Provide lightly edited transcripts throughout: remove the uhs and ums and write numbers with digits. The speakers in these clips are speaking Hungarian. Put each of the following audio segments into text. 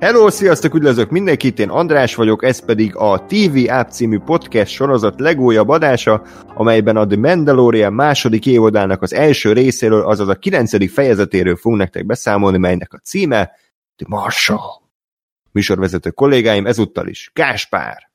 Hello, sziasztok, üdvözlök mindenkit, én András vagyok, ez pedig a TV App című podcast sorozat legújabb adása, amelyben a The Mandalorian második évadának az első részéről, azaz a 9. fejezetéről fogunk nektek beszámolni, melynek a címe The Marshal. Műsorvezető kollégáim ezúttal is Gáspár.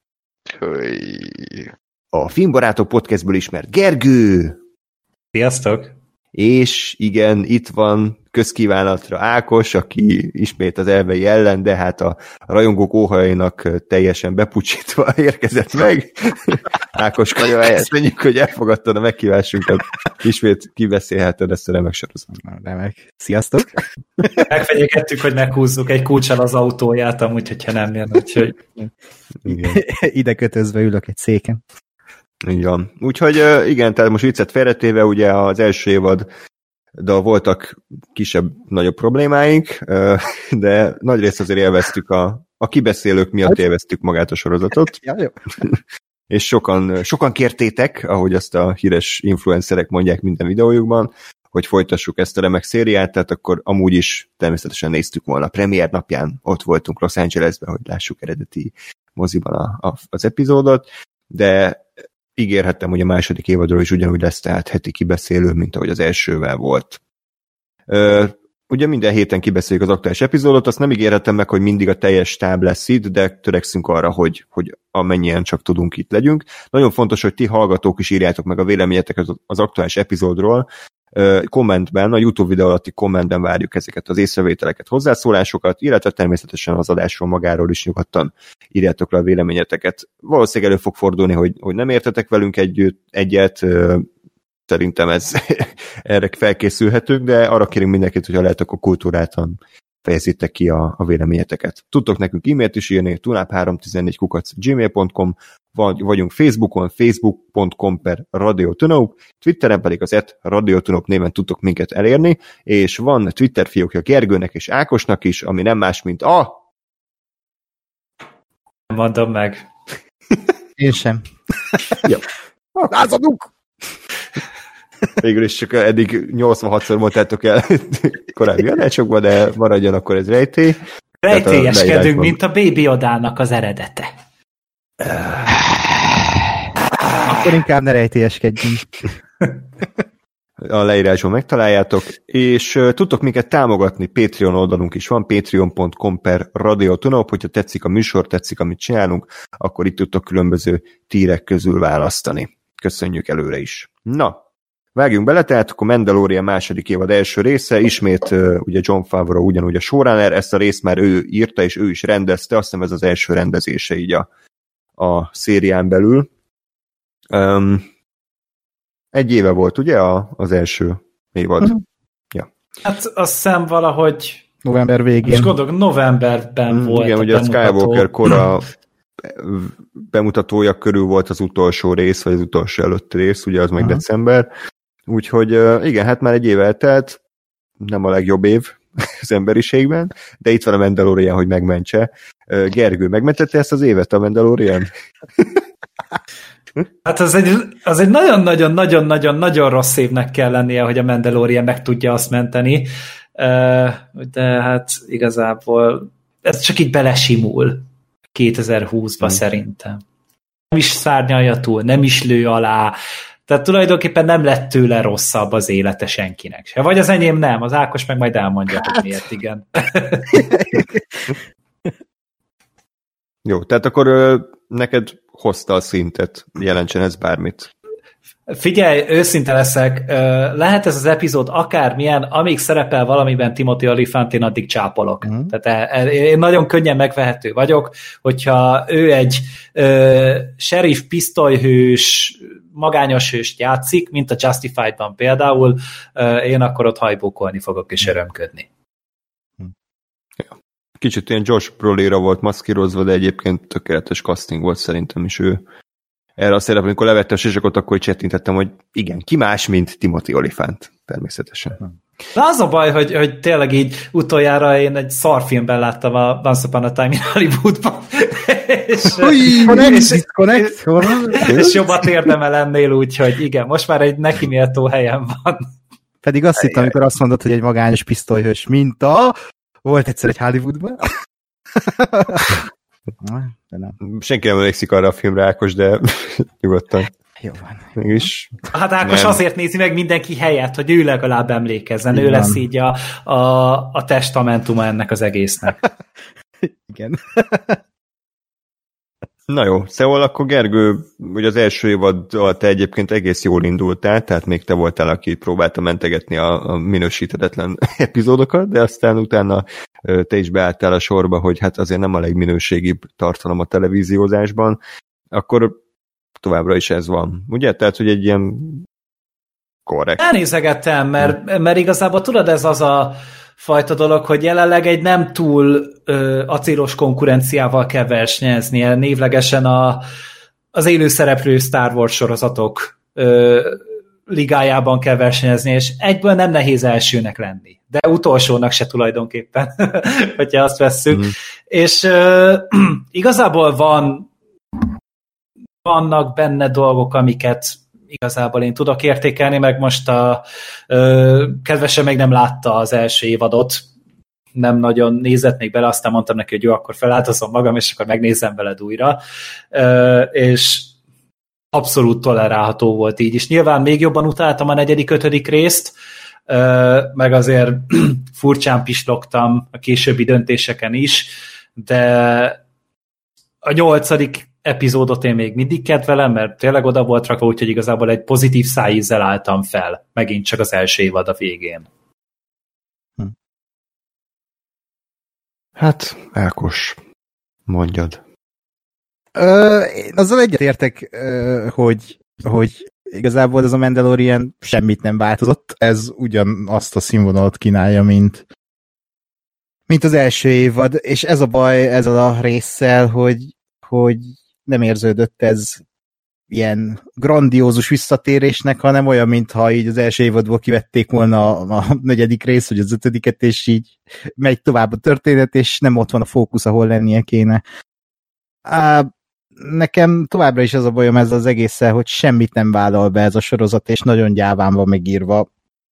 A Filmbarátok podcastből ismert Gergő. Sziasztok! És igen, itt van közkívánatra Ákos, aki ismét az elvei ellen, de hát a rajongók óhajainak teljesen bepucsítva érkezett meg. Ákos Kanya, elszönjük, hogy elfogadtad a megkívásunkat. Ismét kibeszélheted ezt a remek sorozatot. Remek. Sziasztok! Megfenyegettük, hogy meghúzzuk egy kulccsal az autóját, amúgy, hogyha nem jön, úgyhogy... Ide kötözve ülök egy széken. Így van. Úgyhogy igen, tehát most viccet félretéve, ugye az első évad de voltak kisebb-nagyobb problémáink, de nagyrészt azért élveztük a kibeszélők miatt élveztük magát a sorozatot. Ja, jó. És sokan kértétek, ahogy azt a híres influencerek mondják minden videójukban, hogy folytassuk ezt a remek szériát, tehát akkor amúgy is természetesen néztük volna. A premier napján ott voltunk Los Angelesben, hogy lássuk eredeti moziban az epizódot, de ígérhettem, hogy a második évadról is ugyanúgy lesz, tehát heti kibeszélő, mint ahogy az elsővel volt. Ugye minden héten kibeszéljük az aktuális epizódot, azt nem ígérhettem meg, hogy mindig a teljes stáb lesz itt, de törekszünk arra, hogy amennyien csak tudunk itt legyünk. Nagyon fontos, hogy ti hallgatók is írjátok meg a véleményetek az aktuális epizódról. Kommentben, a YouTube videó alatti kommentben várjuk ezeket az észrevételeket, hozzászólásokat, illetve természetesen az adásról magáról is nyugodtan írjátok le a véleményeteket. Valószínűleg elő fog fordulni, hogy nem értetek velünk egyet, szerintem erre felkészülhetünk, de arra kérünk mindenkit, hogyha lehet, akkor kultúráltan fejezitek ki a véleményeteket. Tudtok nekünk e-mailt is írni, tunap314@gmail.com, vagyunk Facebookon, facebook.com/radiotunaup, Twitteren pedig az @radiotunaup néven tudtok minket elérni, és van Twitter fiókja Gergőnek és Ákosnak is, ami nem más, mint Mondom meg. Én sem. Jó. Lázadunk! Végül is csak eddig 86-szor mondtátok el korábbi adásokban, de maradjon akkor ez rejtély. Rejtélyeskedünk, mint a Baby Yodának az eredete. Akkor inkább ne rejtélyeskedjünk. A leírásban megtaláljátok, és tudtok minket támogatni, Patreon oldalunk is van, patreon.com/radiotunaup, hogyha tetszik a műsor, tetszik, amit csinálunk, akkor itt tudtok különböző tírek közül választani. Köszönjük előre is. Na, vágjunk bele, tehát akkor Mandalorian második évad első része, ismét ugye Jon Favreau ugyanúgy a showrunner, ezt a részt már ő írta, és ő is rendezte, azt hiszem ez az első rendezése így a szérián belül. Egy éve volt, ugye, az első évad? Uh-huh. Ja. Hát azt hiszem valahogy... November végén. És gondolok, novemberben volt igen, ugye a Skywalker kora bemutatója körül volt az utolsó rész, vagy az utolsó előtti rész, ugye az meg december. Úgyhogy igen, hát már egy év eltelt, nem a legjobb év az emberiségben, de itt van a Mandalorian, hogy megmentse. Gergő, megmentette ezt az évet a Mandalorian? Hát az egy nagyon-nagyon-nagyon-nagyon rossz évnek kell lennie, hogy a Mandalorian meg tudja azt menteni, de hát igazából ez csak így belesimul 2020-ba szerintem. Nem is szárnyalja túl, nem is lő alá, tehát tulajdonképpen nem lett tőle rosszabb az élete senkinek se. Vagy az enyém nem, az Ákos meg majd elmondja, hogy miért igen. Jó, tehát akkor neked hozta a szintet, jelentsen ez bármit. Figyelj, őszinte leszek, lehet ez az epizód akármilyen, amíg szerepel valamiben Timothy Olyphant, én addig csápolok. Tehát én nagyon könnyen megvehető vagyok, hogyha ő egy sheriff, pisztolyhős, magányos hőst játszik, mint a Justified-ban például, én akkor ott hajbókolni fogok és örömködni. Kicsit ilyen Josh Brolin-ra volt maszkírozva, de egyébként tökéletes casting volt szerintem is ő. Erre a szerep, amikor levette a sisakot, akkor csettintettem, hogy igen, ki más, mint Timothy Olyphant, természetesen. Na az a baj, hogy tényleg így utoljára én egy szarfilmben láttam a Once Upon a Time in Hollywoodban. és jobbat érdemel ennél, úgyhogy igen, most már egy neki méltó helyen van. Pedig azt hittem, amikor azt mondod, hogy egy magányos pisztolyhős minta, volt egyszer egy Hollywoodban. De nem. Senki nem emlékszik arra a filmre, Ákos, de nyugodtan. Jó van. Mégis. Hát Ákos nem. azért nézi meg mindenki helyett, hogy ő legalább emlékezzen. Ő lesz így a testamentuma ennek az egésznek. Igen. Na jó, szóval akkor Gergő, ugye az első évaddal te egyébként egész jól indultál, tehát még te voltál, aki próbálta mentegetni a minősíthetetlen epizódokat, de aztán utána te is beálltál a sorba, hogy hát azért nem a legminőségibb tartalom a televíziózásban, akkor továbbra is ez van, ugye? Tehát, hogy egy ilyen korrekt. Elnézegettem, mert igazából tudod, ez az a fajta dolog, hogy jelenleg egy nem túl acélos konkurenciával kell versenyeznie, névlegesen az élőszereplő Star Wars sorozatok ligájában kell versenyezni, és egyből nem nehéz elsőnek lenni, de utolsónak se tulajdonképpen, hogyha azt vesszük. És igazából vannak benne dolgok, amiket igazából én tudok értékelni, meg most a kedvesem még nem látta az első évadot, nem nagyon nézett még bele, aztán mondtam neki, hogy jó, akkor feláldozom magam, és akkor megnézem veled újra. És abszolút tolerálható volt így is. Nyilván még jobban utáltam a 4., 5. részt, meg azért furcsán pislogtam a későbbi döntéseken is, de a 8. epizódot én még mindig kedvelem, mert tényleg oda volt rakva, úgyhogy igazából egy pozitív szájízzel álltam fel. Megint csak az első évad a végén. Hát, Ákos, mondjad. Én azzal egyetértek, hogy igazából ez a Mandalorian semmit nem változott, ez ugyanazt a színvonalat kínálja, mint az első évad, és ez a baj ezzel a résszel, hogy nem érződött ez ilyen grandiózus visszatérésnek, hanem olyan, mintha így az első évadból kivették volna a 4. rész, vagy az 5., és így megy tovább a történet, és nem ott van a fókusz, ahol lennie kéne. Nekem továbbra is az a bajom ezzel az egésszel, hogy semmit nem vállal be ez a sorozat, és nagyon gyáván van megírva,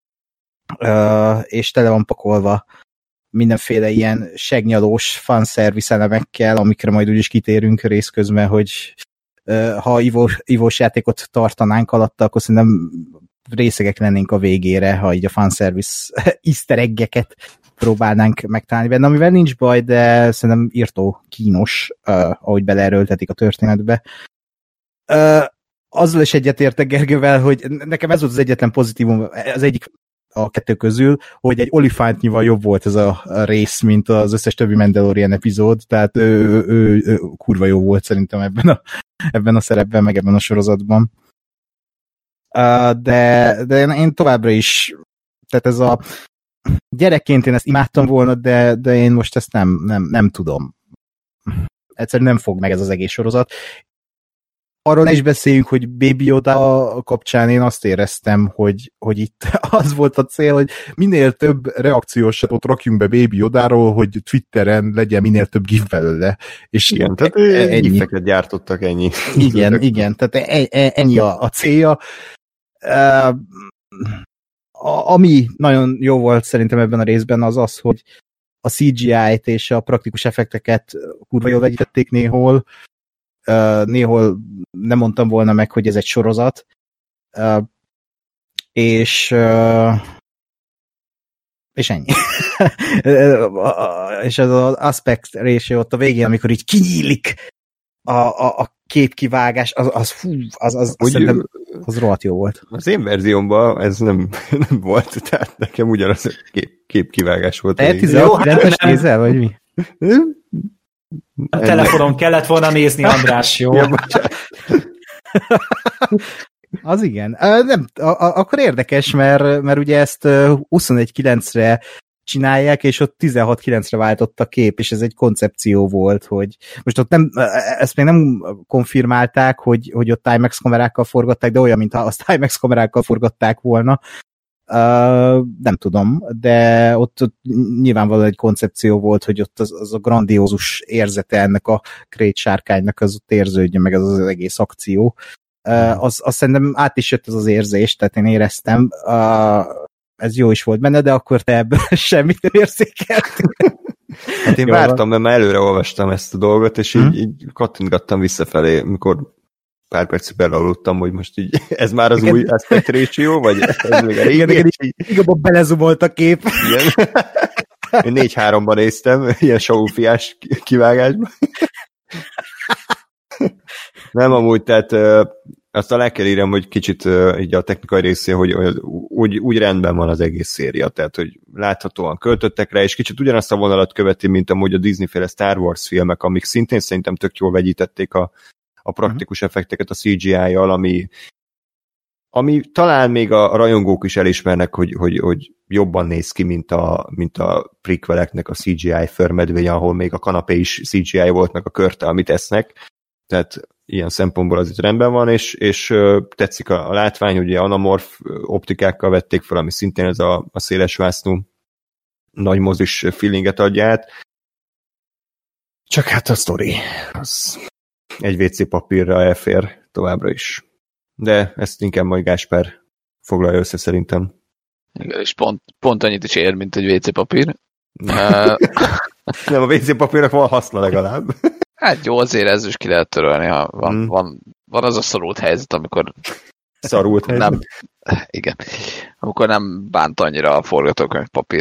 és tele van pakolva mindenféle ilyen segnyalós fanszervisz elemekkel, amikre majd úgyis kitérünk részközben, hogy ha ivós játékot tartanánk alatta, akkor szerintem részegek lennénk a végére, ha így a fanszervisz easter egg-eket próbálnánk megtalálni benne, amivel nincs baj, de szerintem írtó kínos, ahogy beleerőltetik a történetbe. Azzal is egyetértek Gergővel, hogy nekem ez volt az egyetlen pozitívum, az egyik a kettő közül, hogy egy olifántnyival jobb volt ez a rész, mint az összes többi Mandalorian epizód, tehát ő kurva jó volt szerintem ebben a szerepben, meg ebben a sorozatban. De én továbbra is, tehát ez a gyerekként én ezt imádtam volna, de én most ezt nem tudom. Egyszerűen nem fog meg ez az egész sorozat. Arról ne is beszéljünk, hogy Baby Yoda kapcsán én azt éreztem, hogy itt az volt a cél, hogy minél több reakciós satot rakjunk be Baby Yodáról, hogy Twitteren legyen minél több gif belőle. És igen, tehát gifeket gyártottak, ennyi. Igen, tehát ennyi a célja. Ami nagyon jó volt szerintem ebben a részben az, hogy a CGI-t és a praktikus effekteket kurva jól vegyítették néhol nem mondtam volna meg, hogy ez egy sorozat, és ennyi. És ez az aspect ratio ott a végén, amikor így kinyílik a képkivágás, az szerintem az rohadt jó volt. Az én verziómban ez nem volt, tehát nekem ugyanaz a képkivágás volt. Te 16-es nézel, vagy mi? A telefonon kellett volna nézni, András, jó? Az igen. Nem, akkor érdekes, mert ugye ezt 21.9-re csinálják, és ott 16.9-re váltott a kép, és ez egy koncepció volt, hogy most ott nem, ezt még nem konfirmálták, hogy ott IMAX kamerákkal forgatták, de olyan, mintha azt IMAX kamerákkal forgatták volna. Nem tudom, de ott nyilvánvalóan egy koncepció volt, hogy ott az a grandiózus érzete ennek a krét sárkánynak az ott érződjön, meg az egész akció. Az szerintem át is jött ez az érzés, tehát én éreztem, ez jó is volt benne, de akkor te ebből semmit nem érzékeltél. Hát én vártam, mert már előre olvastam ezt a dolgot, és így kattintgattam visszafelé, mikor pár percig belaludtam, hogy most így ez már az új aspect ratio, vagy ez még a régi? Igen, belezumolt a kép. Igen. Én 4:3-ban néztem, ilyen saufiás kivágásban. Nem amúgy, tehát azt alá kell írjam, hogy kicsit így a technikai részé, hogy úgy rendben van az egész széria, tehát hogy láthatóan költöttek rá, és kicsit ugyanazt a vonalat követi, mint amúgy a Disney-féle Star Wars filmek, amik szintén szerintem tök jól vegyítették a praktikus effekteket a CGI-jal, ami talán még a rajongók is elismernek, hogy jobban néz ki, mint a prequeleknek a CGI förmedvény, ahol még a kanapé is CGI volt, meg a körte, amit esznek. Tehát ilyen szempontból az itt rendben van, és tetszik a látvány, ugye anamorf optikákkal vették fel, ami szintén ez a széles vásznú nagy mozis feelinget adja át. Csak hát a sztori az egy WC papírra elfér továbbra is. De ezt inkább majd Gáspár foglalja össze szerintem. Igen, és pont annyit is ér, mint egy WC papír. Nem, a WC papírnak van haszna legalább. Hát jó, azért ez is ki lehet törölni, ha van az a szorult helyzet, amikor szorult helyzet? Nem, igen. Amikor nem bánt annyira a forgatókönyv papír.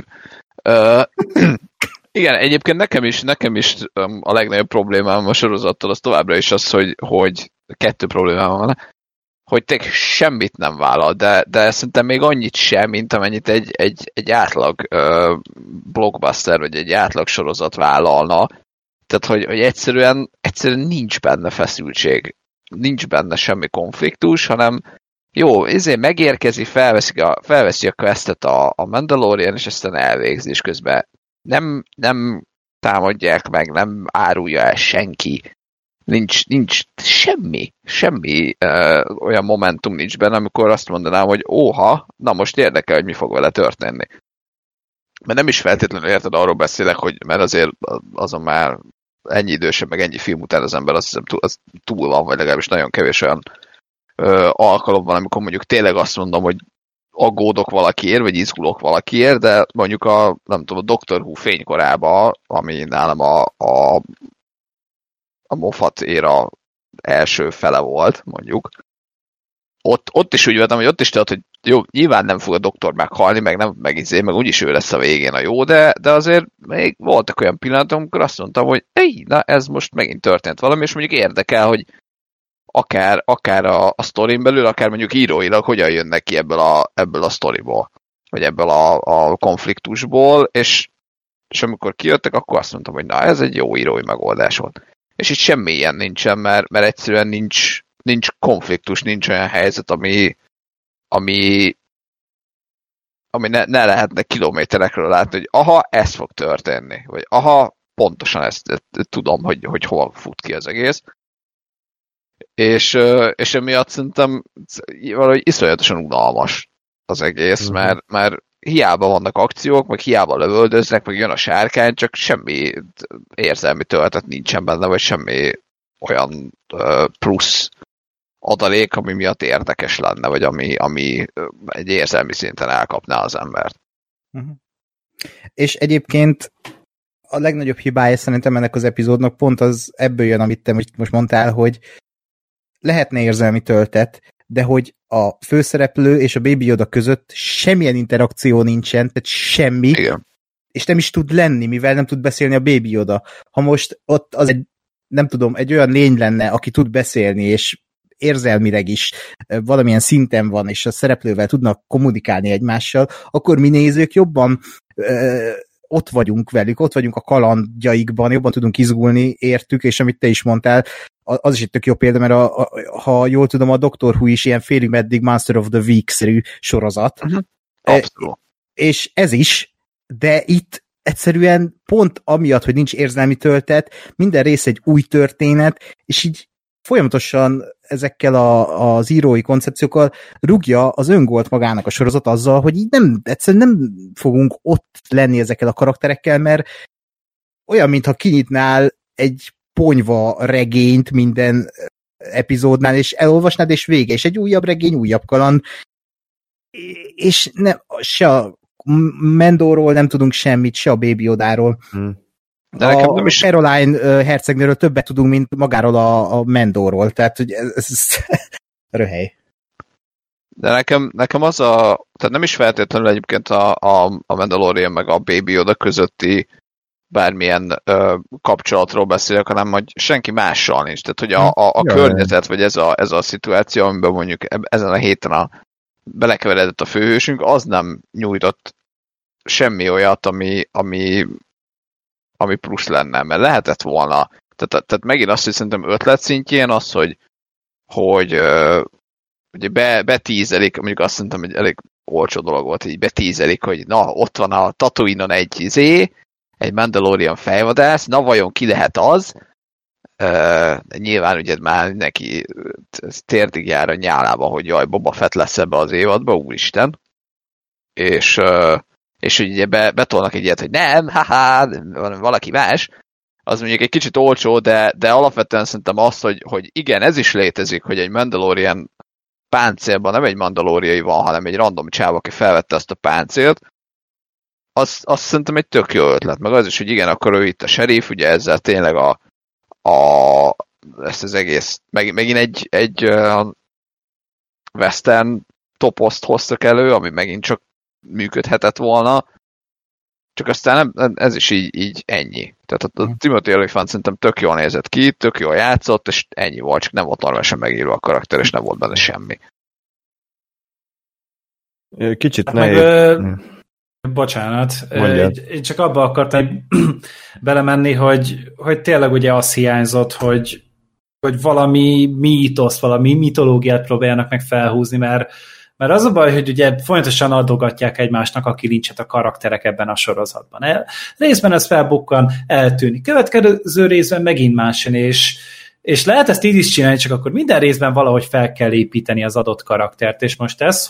Igen, egyébként nekem is a legnagyobb problémám a sorozattal az továbbra is az, hogy 2 problémám van, hogy tényleg semmit nem vállal, de szerintem még annyit sem, mint amennyit egy átlag blockbuster, vagy egy átlag sorozat vállalna. Tehát, hogy egyszerűen nincs benne feszültség, nincs benne semmi konfliktus, hanem jó, ezért megérkezi, felveszi a questet a Mandalorian, és aztán elvégzi, és közben nem támadják meg, nem árulja el senki. Nincs semmi olyan momentum nincs benne, amikor azt mondanám, hogy óha, na most érdekel, hogy mi fog vele történni. Mert nem is feltétlenül érted, arról beszélek, hogy mert azért azon már ennyi idősebb, meg ennyi film után az ember azt hiszem az túl van, vagy legalábbis nagyon kevés olyan alkalom van, amikor mondjuk tényleg azt mondom, hogy aggódok valakiért, vagy izgulok valakiért, de mondjuk a Doctor Who fénykorában, ami nálam a Moffat éra első fele volt, mondjuk, ott is úgy vettem, hogy ott is tudod, hogy jó, nyilván nem fog a doktor meghalni, meg úgyis ő lesz a végén a jó, de azért még voltak olyan pillanatok, amikor azt mondtam, hogy na ez most megint történt valami, és mondjuk érdekel, hogy akár a sztorin belül, akár mondjuk íróilag hogyan jönnek ki ebből a sztoriból, vagy ebből a konfliktusból, és amikor kijöttek, akkor azt mondtam, hogy na ez egy jó írói megoldás volt. És itt semmi ilyen nincsen, mert egyszerűen nincs konfliktus, nincs olyan helyzet, ami ne lehetne kilométerekről látni, hogy aha, ez fog történni, vagy aha, pontosan ezt tudom, hogy hova fut ki az egész. És emiatt szerintem valahogy iszonyatosan unalmas az egész, mert hiába vannak akciók, meg hiába lövöldöznek, meg jön a sárkány, csak semmi érzelmi töltet nincsen benne, vagy semmi olyan plusz adalék, ami miatt érdekes lenne, vagy ami egy érzelmi szinten elkapná az embert. És egyébként a legnagyobb hibája szerintem ennek az epizódnak pont az ebből jön, amit te most mondtál, hogy lehetne érzelmi töltet, de hogy a főszereplő és a Baby Yoda között semmilyen interakció nincsen, tehát semmi, igen. És nem is tud lenni, mivel nem tud beszélni a Baby Yoda. Ha most ott az egy olyan lény lenne, aki tud beszélni, és érzelmileg is valamilyen szinten van, és a szereplővel tudnak kommunikálni egymással, akkor mi nézők jobban ott vagyunk velük, ott vagyunk a kalandjaikban, jobban tudunk izgulni értük, és amit te is mondtál, az is egy tök jó példa, mert ha jól tudom, a Doctor Who is ilyen félig meddig Monster of the Week-szerű sorozat. Abszolút. És ez is, de itt egyszerűen pont amiatt, hogy nincs érzelmi töltet, minden rész egy új történet, és így folyamatosan ezekkel az írói koncepciókkal rúgja az öngolt magának a sorozat azzal, hogy így egyszerűen nem fogunk ott lenni ezekkel a karakterekkel, mert olyan, mintha kinyitnál egy ponyva regényt minden epizódnál, és elolvasnád, és vége, és egy újabb regény, újabb kaland, és se a Mandorról nem tudunk semmit, se a Baby Yodáról. De nekem nem is... Caroline hercegnőről többet tudunk, mint magáról a Mandorról, tehát hogy ez röhely. De nekem az tehát nem is feltétlenül egyébként a Mandalorian meg a Baby Yoda közötti bármilyen kapcsolatról beszélek, hanem hogy senki mással nincs. Tehát, hogy a környezet, vagy ez a szituáció, amiben mondjuk ezen a héten belekeveredett a főhősünk, az nem nyújtott semmi olyat, ami plusz lenne, mert lehetett volna. Tehát megint azt, hogy szerintem ötlet szintjén az, hogy ugye betízelik, mondjuk azt szerintem, hogy elég olcsó dolog volt, hogy betízelik, hogy na, ott van a Tatooine-on egy Mandalorian fejvadász, na vajon ki lehet az? Nyilván ugye már neki térdig jár a nyálába, hogy jaj, Boba Fett lesz ebbe az évadba, úristen. És ugye betolnak egy ilyet, hogy nem, valaki más, az mondjuk egy kicsit olcsó, de alapvetően szerintem az, hogy igen, ez is létezik, hogy egy Mandalorian páncélban nem egy mandalóriai van, hanem egy random csáv, aki felvette azt a páncélt, azt szerintem egy tök jó ötlet. Meg az is, hogy igen, akkor ő itt a sheriff, ugye ezzel tényleg ezt az egész, megint egy western toposzt hoztak elő, ami megint csak működhetett volna, csak aztán ez is így ennyi. Tehát a Timothy Olyphant szerintem tök jól nézett ki, tök jól játszott, és ennyi volt, csak nem volt normálisan megírva a karakter, és nem volt benne semmi. Kicsit nehéz. Bocsánat, én csak abba akartam belemenni, hogy tényleg ugye az hiányzott, hogy valami mítoszt, valami mitológiát próbáljanak meg felhúzni, mert az a baj, hogy ugye folyamatosan adogatják egymásnak a kilincset a karakterek ebben a sorozatban. Részben ez felbukkan, eltűnik. Következő részben megint más jön, és lehet ezt így is csinálni, csak akkor minden részben valahogy fel kell építeni az adott karaktert, és most ez,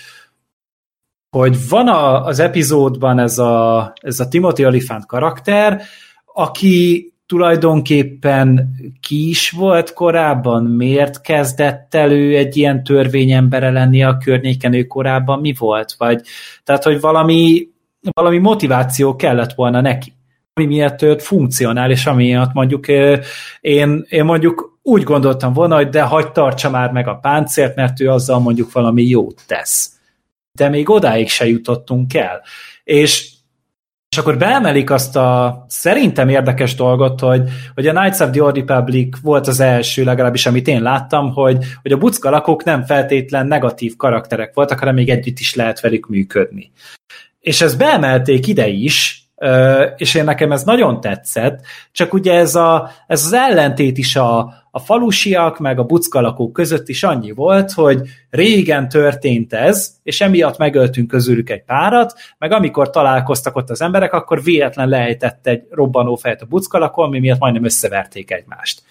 hogy van az epizódban ez a Timothy Olyphant karakter, aki tulajdonképpen ki is volt korábban, miért kezdett elő egy ilyen törvényembere lenni a környéken, ő korábban mi volt? Tehát, hogy valami motiváció kellett volna neki, ami miatt őt funkcionál, és ami miatt mondjuk én mondjuk úgy gondoltam volna, hogy de hagyd tartsa már meg a páncélt, mert ő azzal mondjuk valami jót tesz. De még odáig se jutottunk el. És akkor beemelik azt a szerintem érdekes dolgot, hogy a Knights of the Old Republic volt az első, legalábbis amit én láttam, hogy a buckalakok nem feltétlen negatív karakterek voltak, hanem még együtt is lehet velük működni. És ezt beemelték ide is, és nekem ez nagyon tetszett, csak ugye ez az ellentét is a falusiak meg a buckalakók között is annyi volt, hogy régen történt ez, és emiatt megöltünk közülük egy párat, meg amikor találkoztak ott az emberek, akkor véletlen leejtett egy robbanófejet a buckalakon, ami miatt majdnem összeverték egymást.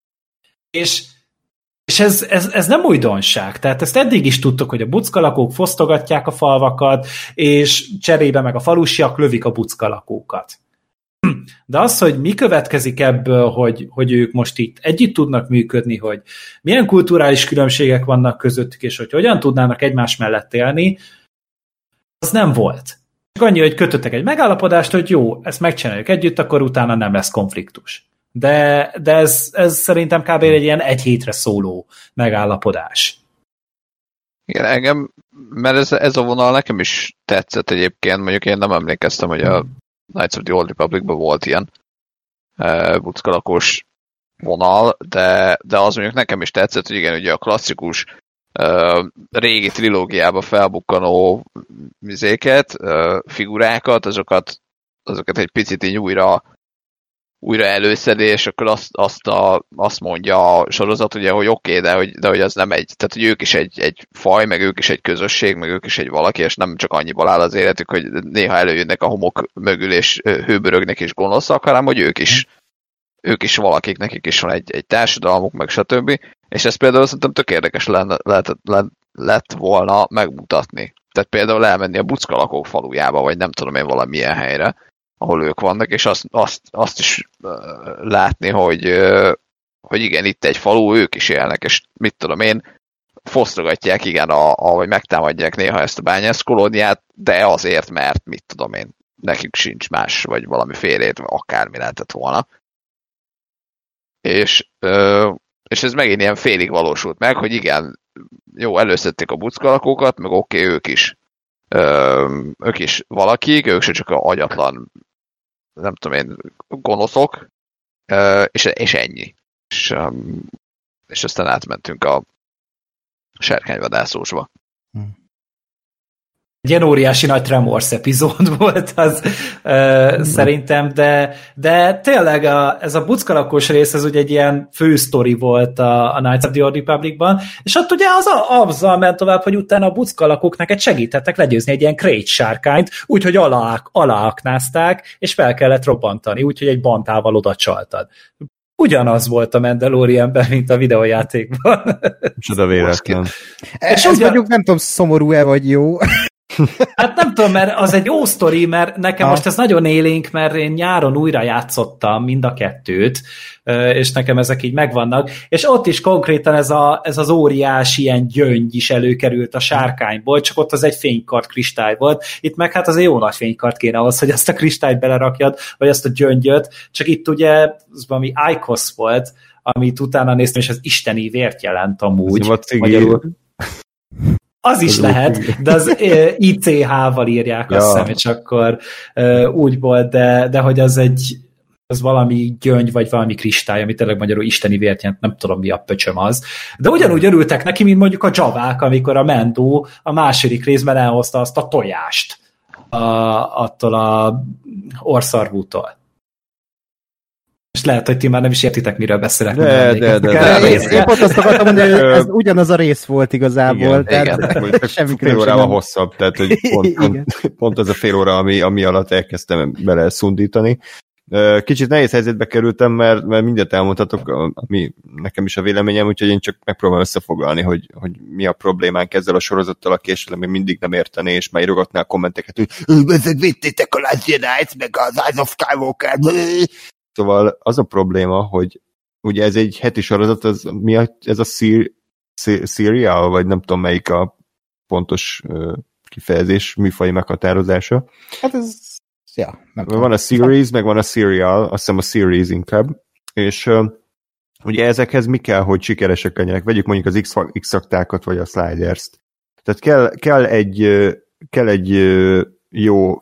És ez nem újdonság, tehát ezt eddig is tudtok, hogy a buckalakók fosztogatják a falvakat, és cserébe meg a falusiak lövik a buckalakókat. De az, hogy mi következik ebből, hogy ők most itt együtt tudnak működni, hogy milyen kulturális különbségek vannak közöttük, és hogy hogyan tudnának egymás mellett élni, az nem volt. Csak annyi, hogy kötöttek egy megállapodást, hogy jó, ezt megcsináljuk együtt, akkor utána nem lesz konfliktus. De ez szerintem kb. Egy ilyen egy hétre szóló megállapodás. Igen, engem, mert ez a vonal nekem is tetszett egyébként, mondjuk én nem emlékeztem, hogy a Knights of the Old Republicban volt ilyen buckalakós vonal, de az mondjuk nekem is tetszett, hogy igen, ugye a klasszikus régi trilógiába felbukkanó figurákat, azokat egy picit így újra előszedi, és akkor azt mondja a sorozat, ugye, hogy oké, de hogy az nem tehát hogy ők is egy faj, meg ők is egy közösség, meg ők is egy valaki, és nem csak annyiból áll az életük, hogy néha előjönnek a homok mögül, és hőbörögnek és gonoszak, hanem hogy ők is valakik, nekik is van egy társadalmuk, meg stb. És ez például szerintem tök érdekes lett volna megmutatni. Tehát például elmenni a buckalakók falujába, vagy nem tudom én valamilyen helyre, ahol ők vannak, és azt is látni, hogy igen, itt egy falu, ők is élnek, és mit tudom én, fosztogatják, igen, vagy megtámadják néha ezt a bányász kolóniát, de azért, mert mit tudom én, nekik sincs más, vagy valami félét, akármi lehetett volna. És ez megint ilyen félig valósult meg, hogy igen, jó, előszedték a buckalakókat, meg oké, ők is valakik, ők se csak agyatlan, nem tudom én, gonoszok, és ennyi. És aztán átmentünk a sárkányvadászósba. Egy ilyen óriási nagy Tremors epizód volt az szerintem, de tényleg ez a buckalakós rész, ez ugye egy ilyen fősztori volt a Knights of the Old Republicban, és ott ugye azzal ment tovább, hogy utána a buckalakók neked segítettek legyőzni egy ilyen crate sárkányt, úgyhogy aláaknázták, és fel kellett robbantani, úgyhogy egy bantával oda csaltad. Ugyanaz volt a Mandalorianben, mint a videójátékban. Csoda véletlen. És ez mondjuk nem tudom, szomorú-e vagy jó. Hát nem tudom, mert az egy jó sztori, mert nekem most ez nagyon élénk, mert én nyáron újra játszottam mind a kettőt, és nekem ezek így megvannak, és ott is konkrétan ez az óriási ilyen gyöngy is előkerült a sárkányból, csak ott az egy fénykard kristály volt. Itt meg hát az egy jó nagy fénykard kéne ahhoz, hogy azt a kristályt belerakjad, vagy azt a gyöngyöt, csak itt ugye az valami Icos volt, amit utána néztem, és az isteni vért jelent amúgy. Magyarul. Az is lehet, de az ICH-val írják, azt hiszem, és akkor úgy volt, de hogy az valami gyöngy, vagy valami kristály, ami tényleg magyarul isteni vért jelent, nem tudom, mi a pöcsöm az. De ugyanúgy örültek neki, mint mondjuk a Javák, amikor a Mendo a második részben elhozta azt a tojást attól a orszarvútól. És lehet, hogy ti már nem is értitek, miről beszélek. De. Én pont azt akartam mondani, hogy ez ugyanaz a rész volt igazából. Igen. Semmi fél órával hosszabb, tehát hogy pont az a fél óra, ami alatt elkezdtem bele szundítani. Kicsit nehéz helyzetbe kerültem, mert mindent elmondhatok, ami nekem is a véleményem, úgyhogy én csak megpróbálom összefoglalni, hogy mi a problémánk ezzel a sorozattal, aki esetleg még mindig nem értené, és már írogatná a kommenteket, hogy ezek vittétek a Last Jedi-t, meg az Rise of Skywalker. Szóval az a probléma, hogy ugye ez egy heti sorozat, ez a serial, vagy nem tudom melyik a pontos kifejezés, műfai meghatározása. Hát ez, ja. Van a series, meg van a serial, azt hiszem a series inkább, és ugye ezekhez mi kell, hogy sikeresek legyenek? Vegyük mondjuk az X-aktákat, vagy a Sliders-t. Tehát kell egy jó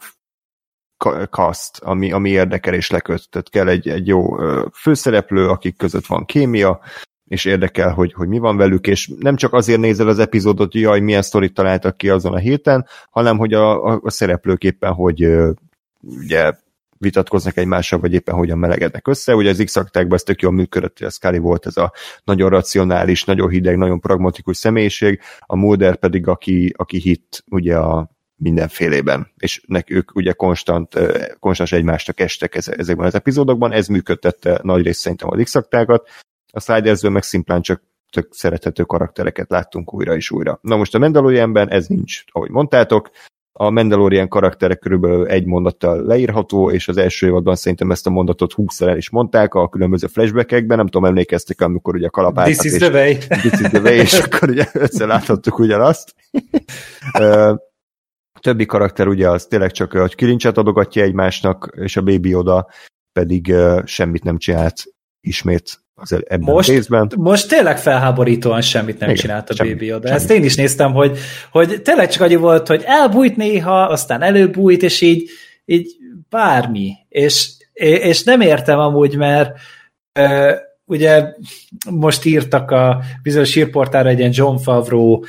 cast, ami érdekel és leköt. Tehát kell egy jó főszereplő, akik között van kémia, és érdekel, hogy mi van velük, és nem csak azért nézel az epizódot, hogy jaj, milyen sztorit találtak ki azon a héten, hanem hogy a szereplők éppen, hogy ugye vitatkoznak egymással, vagy éppen hogyan melegednek össze. Ugye az X-aktákban ez tök jól működött, hogy a Scully volt ez a nagyon racionális, nagyon hideg, nagyon pragmatikus személyiség, a Mulder pedig, aki hitt ugye a mindenfélében, és ők ugye konstant egymásnak estek ezekben az epizódokban, ez működtette nagy rész szerintem az X-aktákat, a Slidersből meg szimplán csak tök szerethető karaktereket láttunk újra és újra. Na most a Mandalorianben ez nincs, ahogy mondtátok, a Mandalorian karakterek körülbelül egy mondattal leírható, és az első évadban szerintem ezt a mondatot 20-szer el is mondták a különböző flashbackekben, nem tudom, emlékeztek, amikor ugye kalapáltak. This is the way. This is the way, és akkor ugye össze láthattuk ugyanazt. A többi karakter ugye az tényleg csak hogy kilincset adogatja egymásnak, és a Baby Yoda pedig semmit nem csinált ismét ebben a részben. Most tényleg felháborítóan semmit nem csinált a Baby Yoda. Ezt én is néztem, hogy tényleg csak annyi volt, hogy elbújt néha, aztán előbújt, és így bármi. És nem értem amúgy, mert ugye most írtak a bizonyos hírportára egy ilyen Jon Favreau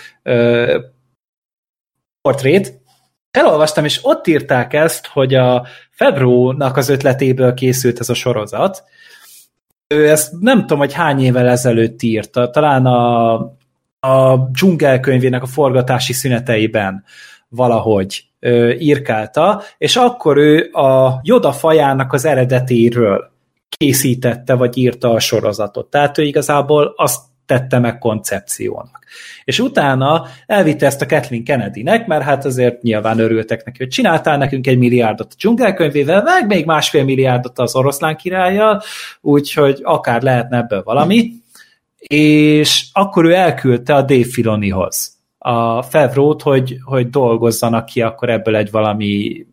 portrét, elolvastam, és ott írták ezt, hogy a Favreau-nak az ötletéből készült ez a sorozat. Ő ezt nem tudom, hogy hány évvel ezelőtt írta, talán a dzsungelkönyvének a forgatási szüneteiben valahogy írkálta, és akkor ő a Yoda fajának az eredetéről készítette, vagy írta a sorozatot. Tehát ő igazából azt tette meg koncepciónak. És utána elvitte ezt a Kathleen Kennedynek, mert hát azért nyilván örültek neki, hogy csináltál nekünk 1 milliárdot a dzsungelkönyvével, meg még 1,5 milliárdot az Oroszlán királlyal, úgyhogy akár lehetne ebből valami. És akkor ő elküldte a Dave Filonihoz a Favreau-t, hogy dolgozzanak ki akkor ebből egy valami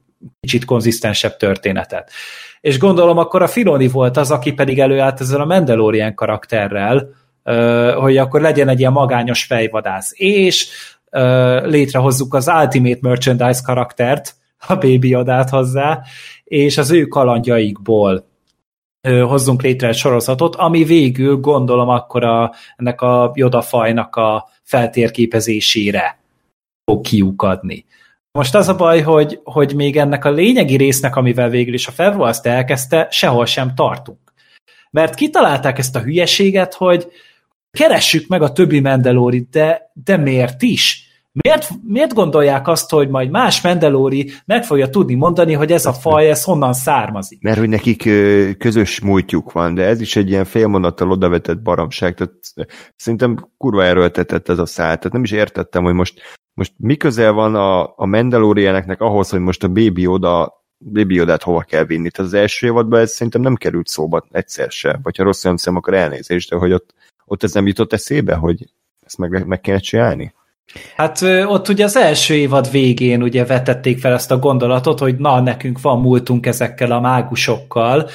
kicsit konzisztensebb történetet. És gondolom akkor a Filoni volt az, aki pedig előállt ezzel a Mandalorian karakterrel, hogy akkor legyen egy ilyen magányos fejvadász. És létrehozzuk az Ultimate Merchandise karaktert, a Baby Yodát hozzá, és az ő kalandjaikból hozzunk létre egy sorozatot, ami végül gondolom akkor ennek a Yoda fajnak a feltérképezésére fog kiukadni. Most az a baj, hogy még ennek a lényegi résznek, amivel végül is a Favreau azt elkezdte, sehol sem tartunk. Mert kitalálták ezt a hülyeséget, hogy keressük meg a többi Mandalorit, de miért is? Miért gondolják azt, hogy majd más Mandalori meg fogja tudni mondani, hogy ez a faj, ez honnan származik? Mert hogy nekik közös múltjuk van, de ez is egy ilyen félmondattal odavetett baromság, tehát szerintem kurva erőltetett ez a szál, tehát nem is értettem, hogy most mi közel van a Mandalorianeknek ahhoz, hogy most a Baby Yodát hova kell vinni. Tehát az első évadban ez szerintem nem került szóba egyszer se, vagy ha rosszul nem hiszem, akkor elnézést, de hogy ott ez nem jutott eszébe, hogy ezt meg kéne csinálni? Hát ott ugye az első évad végén ugye vetették fel ezt a gondolatot, hogy na, nekünk van múltunk ezekkel a mágusokkal,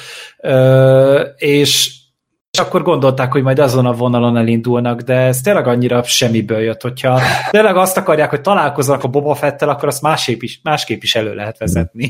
és akkor gondolták, hogy majd azon a vonalon elindulnak, de ez tényleg annyira semmiből jött, hogyha tényleg azt akarják, hogy találkozzanak a Boba Fettel, akkor azt másképp is elő lehet vezetni.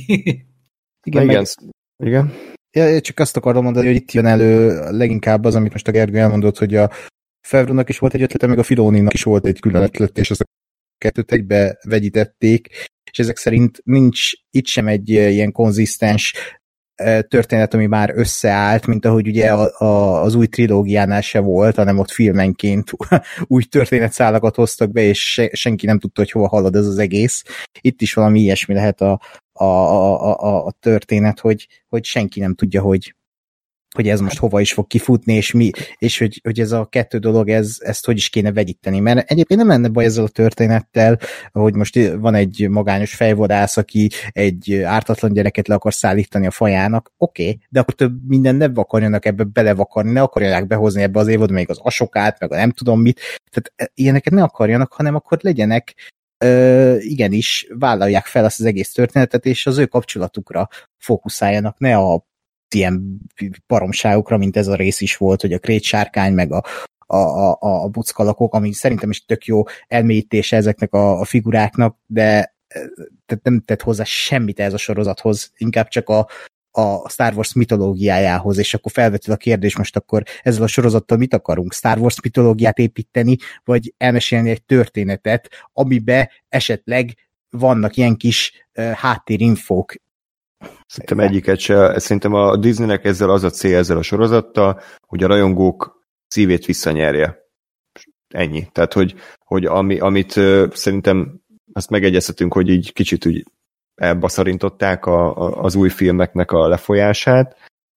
Igen. Ja, csak azt akarom mondani, hogy itt jön elő leginkább az, amit most a Gergő elmondott, hogy a Favreaunak is volt egy ötlete, meg a Filoninak is volt egy külön ötlet, és ezt a kettőt egybe vegyítették, és ezek szerint nincs itt sem egy ilyen konzisztens történet, ami már összeállt, mint ahogy ugye az új trilógiánál se volt, hanem ott filmenként új történetszálakat hoztak be, és senki nem tudta, hogy hova halad ez az egész. Itt is valami ilyesmi lehet a történet, hogy senki nem tudja, hogy ez most hova is fog kifutni, és mi, és hogy ez a kettő dolog, ezt hogy is kéne vegyíteni. Mert egyébként nem lenne baj ezzel a történettel, hogy most van egy magányos fejvadász, aki egy ártatlan gyereket le akar szállítani a fajának, oké, de akkor több minden ne akarjanak ebbe belevakarni, ne akarják behozni ebbe az évadba még az asokát, meg a nem tudom mit, tehát ilyeneket ne akarjanak, hanem akkor legyenek igenis, vállalják fel azt az egész történetet, és az ő kapcsolatukra fókuszáljanak, ne a ilyen baromságokra, mint ez a rész is volt, hogy a krétsárkány, meg a buckalakok, ami szerintem is tök jó elmélyítése ezeknek a figuráknak, de nem tett hozzá semmit ez a sorozathoz, inkább csak a Star Wars mitológiájához, és akkor felvetül a kérdés, most akkor ezzel a sorozattal mit akarunk? Star Wars mitológiát építeni, vagy elmesélni egy történetet, amibe esetleg vannak ilyen kis háttérinfók. Szerintem egyiket se. Szerintem a Disneynek ezzel az a cél ezzel a sorozattal, hogy a rajongók szívét visszanyerje. Ennyi. Tehát, hogy amit szerintem azt megegyezhetünk, hogy így kicsit úgy elbaszarintották az új filmeknek a lefolyását.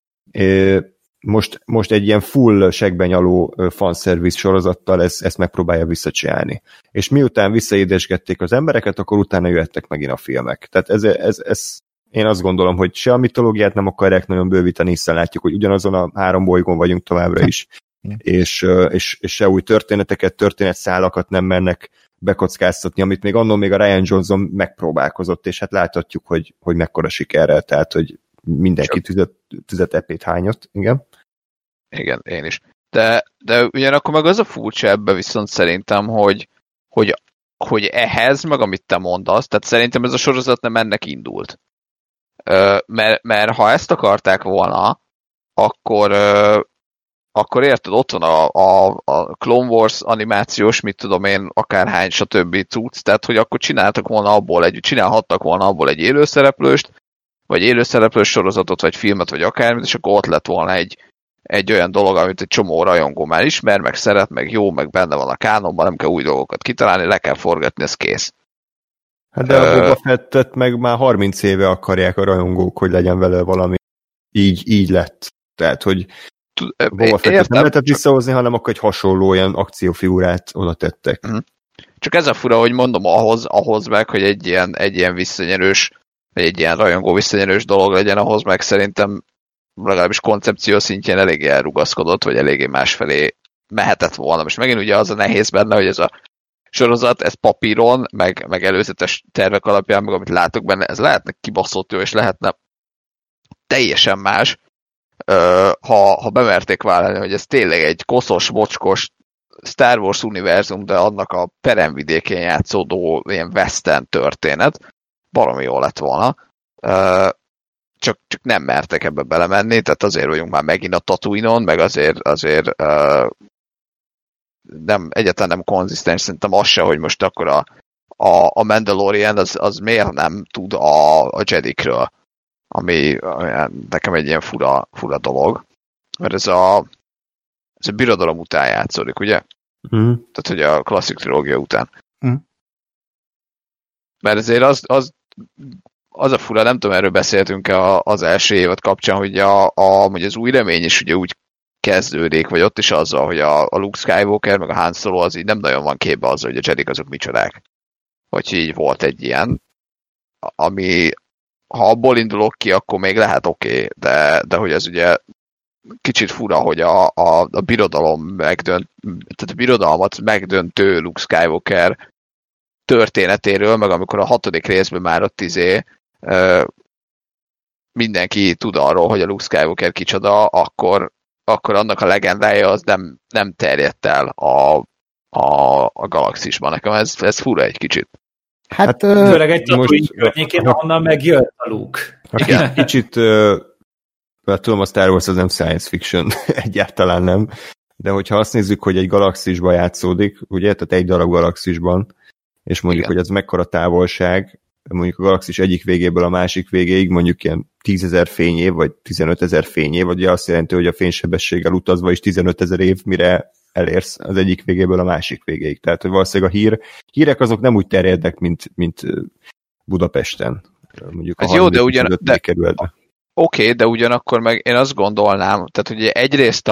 Most egy ilyen full segben nyaló fanservice sorozattal ezt megpróbálja visszacsinálni. És miután visszaédesgették az embereket, akkor utána jöttek megint a filmek. Tehát ez én azt gondolom, hogy se a mitológiát nem akarják nagyon bővíteni, hiszen látjuk, hogy ugyanazon a 3 bolygón vagyunk továbbra is, és se új történetszálakat nem mennek bekockáztatni, amit még annól még a Ryan Johnson megpróbálkozott, és hát láthatjuk, hogy mekkora sikerrel, tehát, hogy mindenki tüzet epét hányott, igen. Igen, én is. De ugyanakkor meg az a furcsa ebbe viszont szerintem, hogy ehhez, meg amit te mondasz, tehát szerintem ez a sorozat nem ennek indult. Mert ha ezt akarták volna, akkor érted, ott van a Clone Wars animációs, mit tudom én, akárhány, stb. Cucc, tehát hogy akkor csinálhattak volna abból egy élőszereplőst, vagy élőszereplős sorozatot, vagy filmet, vagy akármit, és akkor ott lett volna egy olyan dolog, amit egy csomó rajongó már ismer, meg szeret, meg jó, meg benne van a kánonban, nem kell új dolgokat kitalálni, le kell forgatni, ez kész. Hát de a Boba Fettet meg már 30 éve akarják a rajongók, hogy legyen vele valami. Így lett. Tehát, hogy a Boba Fettet nem lehetett visszahozni, hanem akkor egy hasonló ilyen akciófigurát oda tettek. Csak ez a fura, hogy mondom, ahhoz meg, hogy egy ilyen visszanyerős, vagy egy ilyen rajongó visszanyerős dolog legyen, ahhoz meg szerintem legalábbis koncepció szintjén eléggé elrugaszkodott, vagy eléggé másfelé mehetett volna. Most megint ugye az a nehéz benne, hogy ez a sorozat, ez papíron, meg előzetes tervek alapján, meg amit látok benne, ez lehetne kibaszott jó, és lehetne teljesen más, ha bemerték vállalni, hogy ez tényleg egy koszos, mocskos Star Wars univerzum, de annak a peremvidékén játszódó ilyen western történet, baromi jó lett volna. Csak nem mertek ebbe belemenni, tehát azért vagyunk már megint a Tatooine-on, meg azért nem, egyáltalán nem konzisztens, szerintem az se, hogy most akkor a Mandalorian az miért nem tud a Jedikről, ami nekem egy ilyen fura dolog, mert ez a birodalom után játszódik, ugye? Tehát, hogy a klasszik trilógia után. Mert ezért az a fura, nem tudom, erről beszéltünk az első évad kapcsán, hogy hogy az új remény is ugye úgy kezdődik, vagy ott is azzal, hogy a Luke Skywalker, meg a Han Solo az így nem nagyon van képbe azzal, hogy a Jedik azok micsodák. Hogy így volt egy ilyen, ami ha abból indulok ki, akkor még lehet oké, de hogy ez ugye kicsit fura, hogy a birodalom tehát a birodalmat megdöntő Luke Skywalker történetéről, meg amikor a 6. részben már ott mindenki tud arról, hogy a Luke Skywalker kicsoda, akkor annak a legendája az nem terjedt el a galaxisban. Nekem ez fura egy kicsit. Hát főleg egy Tatooine környékén, ahonnan megjött a Luke. Igen. Kicsit tudom, a Star Wars az nem science fiction, egyáltalán nem, de hogyha azt nézzük, hogy egy galaxisban játszódik, ugye, tehát egy darab galaxisban, és mondjuk, igen, hogy ez mekkora távolság, mondjuk a galaxis egyik végéből a másik végéig, mondjuk ilyen 10.000 fényév, vagy 15.000 fényév, vagy azt jelenti, hogy a fénysebességgel utazva is 15.000 év, mire elérsz az egyik végéből a másik végéig. Tehát, hogy valószínűleg a hírek azok nem úgy terjednek, mint Budapesten. Mondjuk ez jó, de Oké, de ugyanakkor meg én azt gondolnám, tehát ugye egyrészt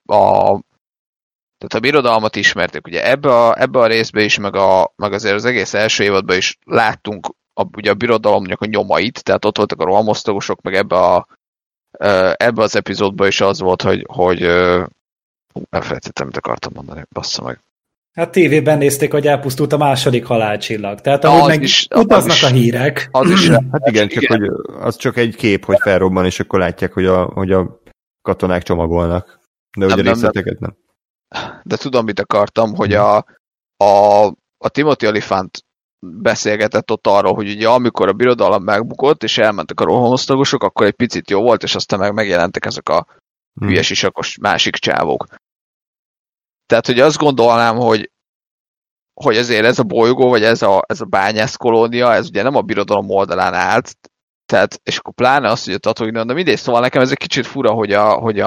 tehát a birodalmat ismertük, ugye ebbe a részbe is, meg azért az egész első évadban is láttunk ugye a birodalomnak a nyomait, tehát ott voltak a rohamosztagosok, meg ebbe az epizódban is az volt, hogy elfelejtettem, mit akartam mondani, bassza meg. Hát tévében nézték, hogy elpusztult a második halálcsillag. Tehát ahogy utaznak a hírek. Az is, hát igen, csak hogy az csak egy kép, hogy felrobban, és akkor látják, hogy a katonák csomagolnak. De ugye részleteket nem. De tudom, mit akartam, hogy a Timothy Olyphant beszélgetett ott arról, hogy ugye amikor a birodalom megbukott, és elmentek a rohamosztagosok, akkor egy picit jó volt, és aztán megjelentek ezek a hülyes isakos másik csávók. Tehát, hogy azt gondolnám, hogy ezért ez a bolygó, vagy ez a bányász kolónia, ez ugye nem a birodalom oldalán állt, tehát, és akkor pláne az, hogy a Tatooine, de mindegy, szóval nekem ez egy kicsit fura, hogy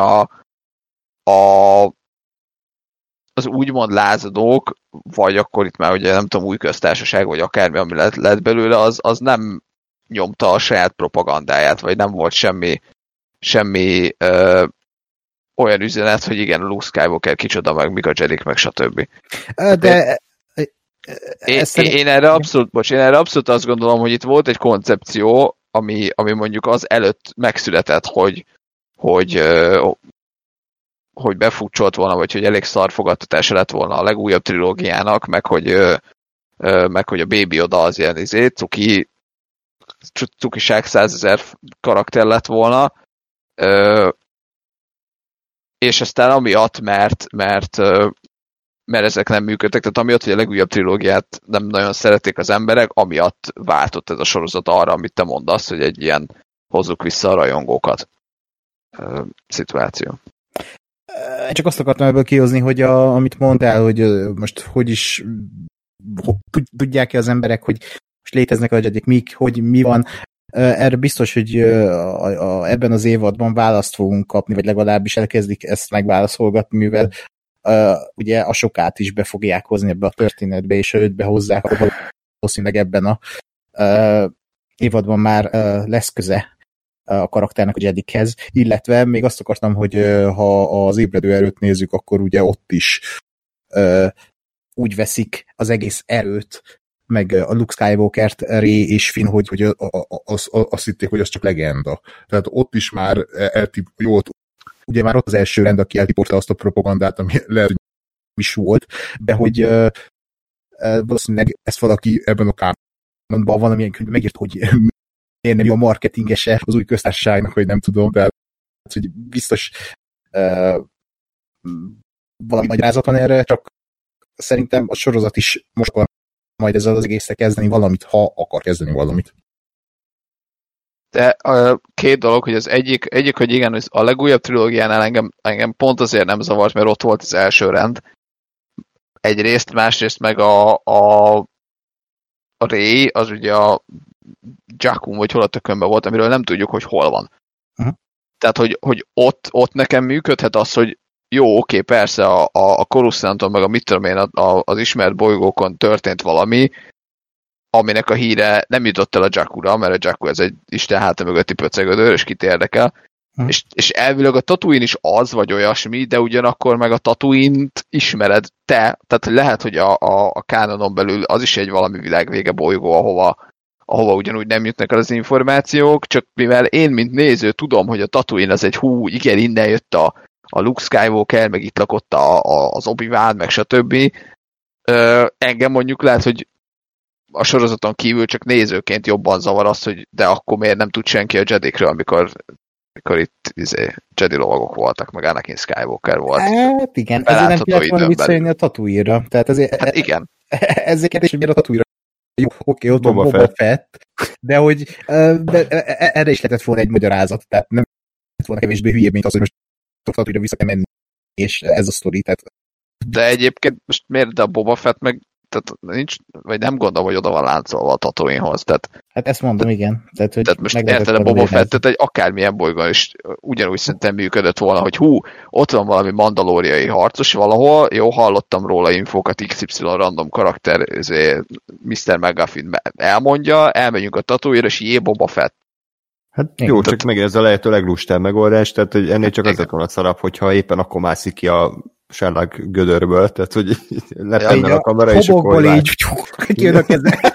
az úgymond lázadók, vagy akkor itt már ugye nem tudom, új köztársaság, vagy akármi, ami lett belőle, az nem nyomta a saját propagandáját, vagy nem volt semmi olyan üzenet, hogy igen, a Luke Skywalker kicsoda, meg mik a Jedik, meg stb. De én erre abszolút azt gondolom, hogy itt volt egy koncepció, ami mondjuk az előtt megszületett, hogy befutcsolt volna, vagy hogy elég szar fogadtatása lett volna a legújabb trilógiának, meg hogy a Baby Yoda az ilyen cukiság 100 000 karakter lett volna, és aztán amiatt, mert ezek nem működtek, tehát amiatt, hogy a legújabb trilógiát nem nagyon szerették az emberek, amiatt váltott ez a sorozat arra, amit te mondasz, hogy egy ilyen hozzuk vissza a rajongókat szituáció. Csak azt akartam ebből kihozni, hogy amit mondtál, hogy most hogy is tudják-e az emberek, hogy most léteznek a Jedik, mi van. Erre biztos, hogy ebben az évadban választ fogunk kapni, vagy legalábbis elkezdik ezt megválaszolgatni, mivel ugye a Sokát is be fogják hozni ebbe a történetbe, és őt behozzák, akkor valószínűleg ebben a évadban már lesz köze a karakternek a Jedikhez, illetve még azt akartam, hogy ha az ébredő erőt nézzük, akkor ugye ott is úgy veszik az egész erőt, meg a Luke Skywalkert, Rey és Finn, hogy azt hitték, hogy az csak legenda. Tehát ott is már ugye már ott az első rend, aki eltiporta azt a propagandát, ami lehet, hogy is volt, de hogy valószínűleg ezt valaki ebben a kánonban valamilyen könyvben megírt, hogy miért nem jó a marketingese az új köztársaságnak, hogy nem tudom, de hogy biztos valami magyarázat van erre, csak szerintem a sorozat is most akar majd ezzel az egészre kezdeni valamit, ha akar kezdeni valamit. De két dolog, hogy az egyik, hogy igen, a legújabb trilógiánál engem pont azért nem zavart, mert ott volt az első rend. Egyrészt, másrészt meg a Rey, az ugye a Jakku, vagy hol a tökönben volt, amiről nem tudjuk, hogy hol van. Uh-huh. Tehát, hogy ott nekem működhet az, hogy jó, oké, persze a Coruscanton, meg a mit tudom én, az ismert bolygókon történt valami, aminek a híre nem jutott el a Jakku-ra, mert a Jakku ez egy Isten háta mögötti pöcegödör, és kit érdekel. És elvileg a Tatooine is az, vagy olyasmi, de ugyanakkor meg a Tatooine-t ismered te, tehát lehet, hogy a kánonon belül az is egy valami világvége bolygó, ahova ugyanúgy nem jutnak el az információk, csak mivel én, mint néző, tudom, hogy a Tatooine az egy igen, innen jött a Luke Skywalker, meg itt lakott az Obi-Wan, meg stb. Engem mondjuk lehet, hogy a sorozaton kívül csak nézőként jobban zavar az, hogy de akkor miért nem tud senki a Jedikről, amikor itt Jedi lovagok voltak, meg Anakin Skywalker volt. Hát igen, ezért nem kellett volna visszajönni a Tatooine-ra. Tehát azért, hát igen. Ezért kérdés, hogy miért a Tatooine-ra. Jó, oké, ott van Boba Fett, de hogy erre is lehetett volna egy magyarázat, tehát nem lett volna kevésbé hülyébb, mint az, hogy most a Tatooine-ra vissza kell menni, és ez a sztori. Tehát... De egyébként most miért a Boba Fett meg tehát nincs, vagy nem gondolom, hogy oda van láncolva a Tatooine-hoz. Hát ezt mondom, igen. Tehát most érted a Boba Fettet egy akármilyen bolygón is ugyanúgy szerintem működött volna, hogy ott van valami mandalóriai harcos valahol, jó, hallottam róla infókat, XY random karakter, Mr. McGuffin elmondja, elmegyünk a Tatooine-ra, és Boba Fett. Hát jó, csak megint ez a lehető leglustább megoldás, tehát hogy ennél csak az lett volna szarabb, hogyha éppen akkor mászik ki a Sherlock gödörből, tehát hogy lepenne a kamera, és akkor így jön a keze.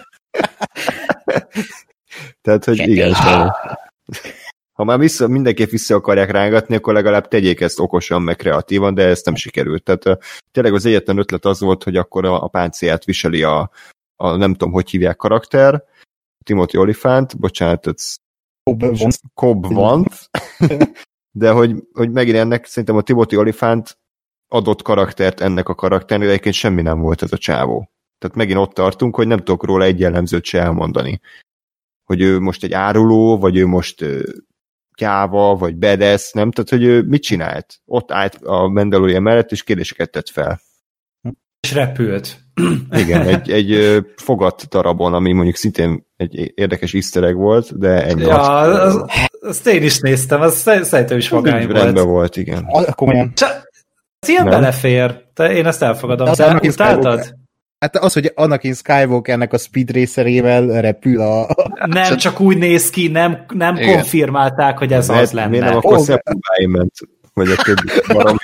Tehát, hogy igen, ha már mindenképp vissza akarják rángatni, akkor legalább tegyék ezt okosan, meg kreatívan, de ezt nem sikerült. Tehát tényleg az egyetlen ötlet az volt, hogy akkor a páncélját viseli a nem tudom, hogy hívják karakter, Timothy Olyphant, bocsánat, ez Cobb Vanth, de hogy megint ennek szerintem a Timothy Olyphant adott karaktert ennek a karakternek, de egyébként semmi nem volt ez a csávó. Tehát megint ott tartunk, hogy nem tudok róla egy jellemzőt se elmondani. Hogy ő most egy áruló, vagy ő most gyáva, vagy bedesz, nem? Tehát, hogy ő mit csinált? Ott állt a Mandalorian mellett, és kérdéseket tett fel. És repült. Igen, egy fogat darabon, ami mondjuk szintén egy érdekes easter egg volt, de ennyi. Ja, azt én is néztem, az szerintem is magány volt. Rendben volt, igen. Komolyan. Ez ilyen belefér. Én ezt elfogadom. Te utáltad? Hát az, hogy Anakin Skywalkernek a Speed Racerével repül a... Nem, csak úgy néz ki, nem konfirmálták, hogy ez az lenne. Miért nem akkor Szebulbáim ment? Vagy a többi barom.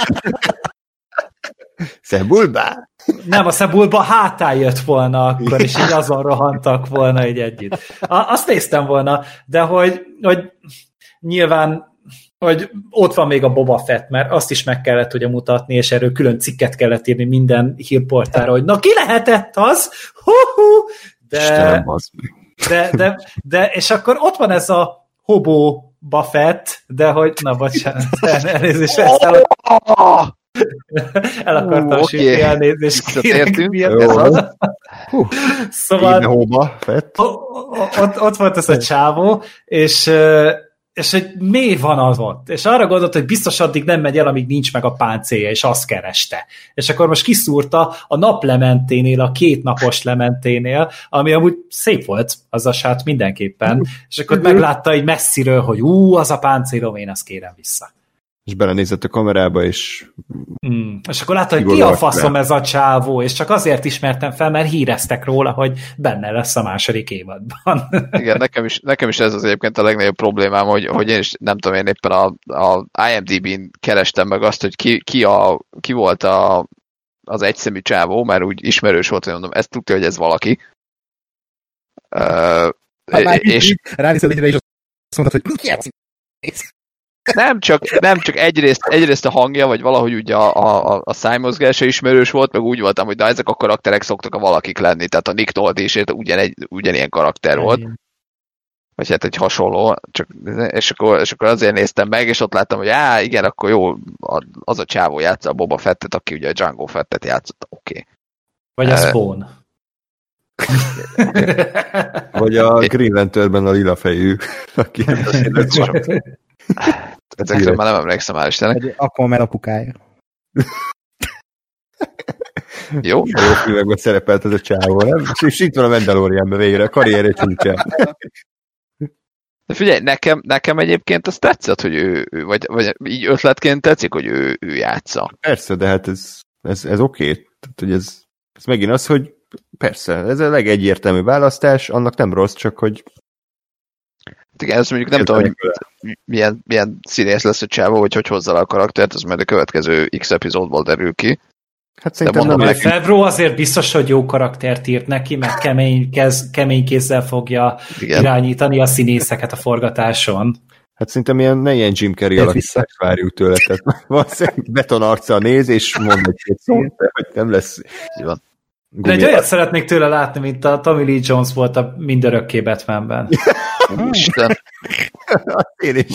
Szebulbá? Nem, a Szebulba hátán jött volna akkor, és így azon rohantak volna így együtt. Azt néztem volna, de hogy nyilván hogy ott van még a Boba Fett, mert azt is meg kellett ugye mutatni, és erről külön cikket kellett írni minden hírportára, hogy na ki lehetett az? Hú-hú! De és akkor ott van ez a Hobo Buffett, de hogy, na bocsánat, elnézést, ezt el akartam sütni, elnézést kérek. Szóval ott volt ez a csávó, és hogy miért van az ott? És arra gondolt, hogy biztos addig nem megy el, amíg nincs meg a páncélja, és azt kereste. És akkor most kiszúrta a naplementénél, a 2 napos lementénél, ami amúgy szép volt, az a sát mindenképpen, és akkor meglátta egy messziről, hogy az a páncélom, én azt kérem vissza. És belenézett a kamerába, és... És akkor látta, hogy ki a faszom ez a csávó, és csak azért ismertem fel, mert híreztek róla, hogy benne lesz a második évadban. Igen, nekem is ez az egyébként a legnagyobb problémám, hogy én is nem tudom, én éppen a IMDb-n kerestem meg azt, hogy ki volt az egyszemű csávó, mert úgy ismerős volt, hogy mondom, ezt tudja, hogy ez valaki. És ránézel egyre, és azt mondtad, hogy ki ez? Nem csak egyrészt a hangja, vagy valahogy ugye a szájmozgása ismerős volt, meg úgy voltam, hogy ezek a karakterek szoktak a valakik lenni, tehát a Nick Nolte is ugyanilyen karakter volt. Vagy hát egy hasonló, és akkor azért néztem meg, és ott láttam, hogy igen, akkor jó, az a csávó játsza a Boba Fettet, aki ugye a Jango Fettet játszott, oké. Vagy a Spawn. Vagy a Green Lanternben a lila fejű, aki ezekre már nem emlékszem el, Istenek. Akkor már apukája. Jó. Jó filmekben szerepelt ez a csávó, nem? És itt van a Mandalorianben végre, a karrierje csúcsán. De figyelj, nekem egyébként az tetszett, hogy ő vagy így ötletként tetszik, hogy ő játsza. Persze, de hát ez oké. Tehát, hogy ez megint az, hogy persze, ez a legegyértelmű választás, annak nem rossz, csak hogy igen, ezt mondjuk nem tudom, hogy milyen színész lesz a csávó, hogy hozza le a karaktert, az majd a következő X epizódból derül ki. Hát szerintem nem a Favreau azért biztos, hogy jó karaktert írt neki, mert kemény kézzel fogja irányítani a színészeket a forgatáson. Hát szerintem ne ilyen Jim Carrey alakítást várjuk tőle. Tehát valószínűleg betonarccal néz, és mond egy szót, hogy nem lesz. De egy olyat szeretnék tőle látni, mint a Tommy Lee Jones volt a Mindörökké Batmanben. Isten. Én is.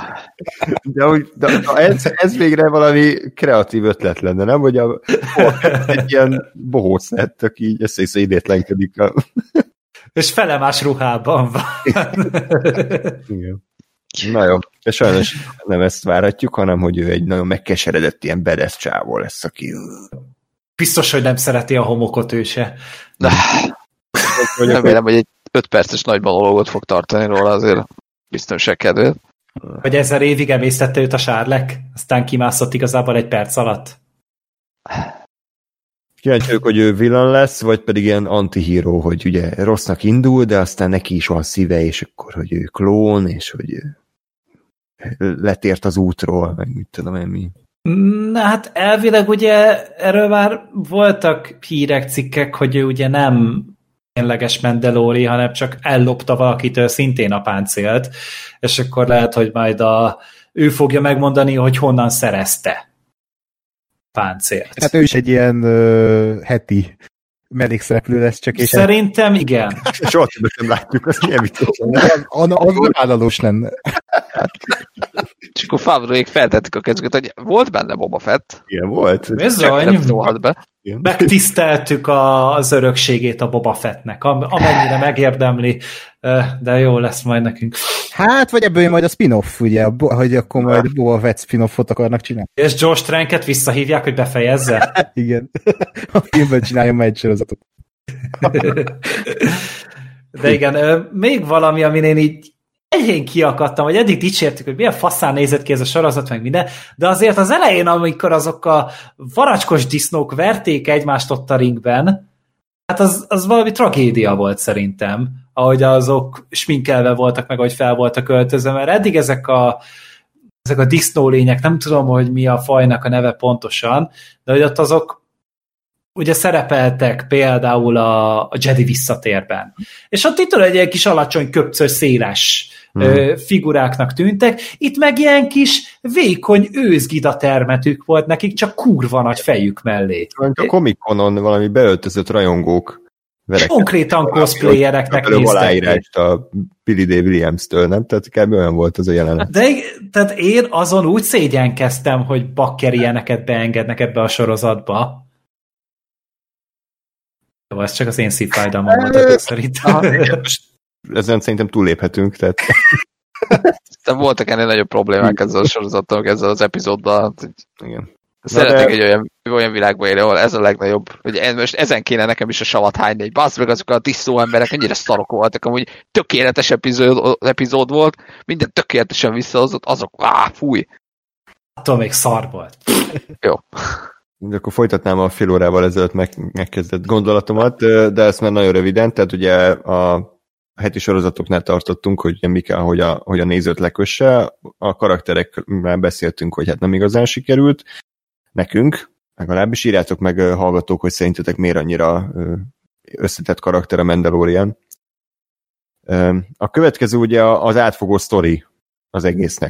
De ez végre valami kreatív ötlet lenne, nem? Hogy egy ilyen bohóc lett, aki így össze idétlenkedik. És felemás ruhában van. Igen. Na jó, de sajnos nem ezt várhatjuk, hanem hogy ő egy nagyon megkeseredett ilyen badass csávó lesz, aki... Biztos, hogy nem szereti a homokot ő se. Remélem, hogy egy 5 perces nagy monológot fog tartani róla azért biztonság kedvéért. Vagy 1000 évig emésztette őt a sárlek, aztán kimászott igazából egy perc alatt. Kíváncsi vagyok, hogy ő villan lesz, vagy pedig ilyen antihíró, hogy ugye rossznak indul, de aztán neki is van szíve, és akkor, hogy ő klón, és hogy letért az útról, meg mit tudom én mi. Na hát elvileg ugye erről már voltak hírek, cikkek, hogy ő ugye nem tényleges Mandalori, hanem csak ellopta valakitől szintén a páncélt, és akkor lehet, hogy majd ő fogja megmondani, hogy honnan szerezte páncélt. Hát ő is egy ilyen heti mellékszereplő lesz csak. És szerintem igen. Soha többet nem látjuk, az milyen vicces. Az vállalós lenne. És akkor Favreauék feltettük a kezüket, hogy volt benne Boba Fett. Igen, volt. Bizony. Megtiszteltük az örökségét a Boba Fettnek, amennyire megérdemli, de jó lesz majd nekünk. Hát, vagy ebből majd a spin-off, ugye, hogy akkor majd Boba Fett spin-offot akarnak csinálni. És Josh Tranket visszahívják, hogy befejezze? Igen. A filmben csinálja majd egy sorozatot. De igen, még valami, amin én így enyhén kiakadtam, hogy eddig dicsértük, hogy milyen faszán nézett ki ez a sorozat, meg minden, de azért az elején, amikor azok a varacskos disznók verték egymást ott a ringben, hát az valami tragédia volt szerintem, ahogy azok sminkelve voltak, meg ahogy fel voltak öltözve, mert eddig ezek a disznólények, nem tudom, hogy mi a fajnak a neve pontosan, de hogy ott azok ugye szerepeltek például a Jedi visszatérben. És ott itt egy ilyen kis alacsony, köpcös, széles figuráknak tűntek, itt meg ilyen kis vékony őzgida termetük volt nekik, csak kurva nagy fejük mellé. A Comic-Conon valami beöltözött rajongók konkrétan cosplayereknek néztek. A Billy D. Williams-től, nem? Tehát kb. Olyan volt az a jelenet. De tehát én azon úgy szégyenkeztem, hogy bakker ilyeneket beengednek ebbe a sorozatba. Jó, ez csak az én szívfájdalmam volt, szerintem. Ezen szerintem túlléphetünk, tehát... De voltak ennél nagyobb problémák ezzel a sorozattal, ezzel az epizóddal. Igen. Szeretnék egy olyan világban élni, ahol ez a legnagyobb, hogy most ezen kéne nekem is a savat hányni, egy bassz meg azok a disznó emberek ennyire szarok voltak, amúgy tökéletes epizód volt, minden tökéletesen visszahozott, azok, fúj. Attól még szar volt. Jó. De akkor folytatnám a fél órával ezelőtt megkezdett gondolatomat, de ezt már nagyon röviden, tehát ugye a heti sorozatoknál tartottunk, hogy mi kell, hogy a nézőt lekösse. A karakterekről beszéltünk, hogy hát nem igazán sikerült. Nekünk, legalábbis írjátok meg, hallgatók, hogy szerintetek miért annyira összetett karakter a Mandalorian. A következő ugye az átfogó sztori az egésznek.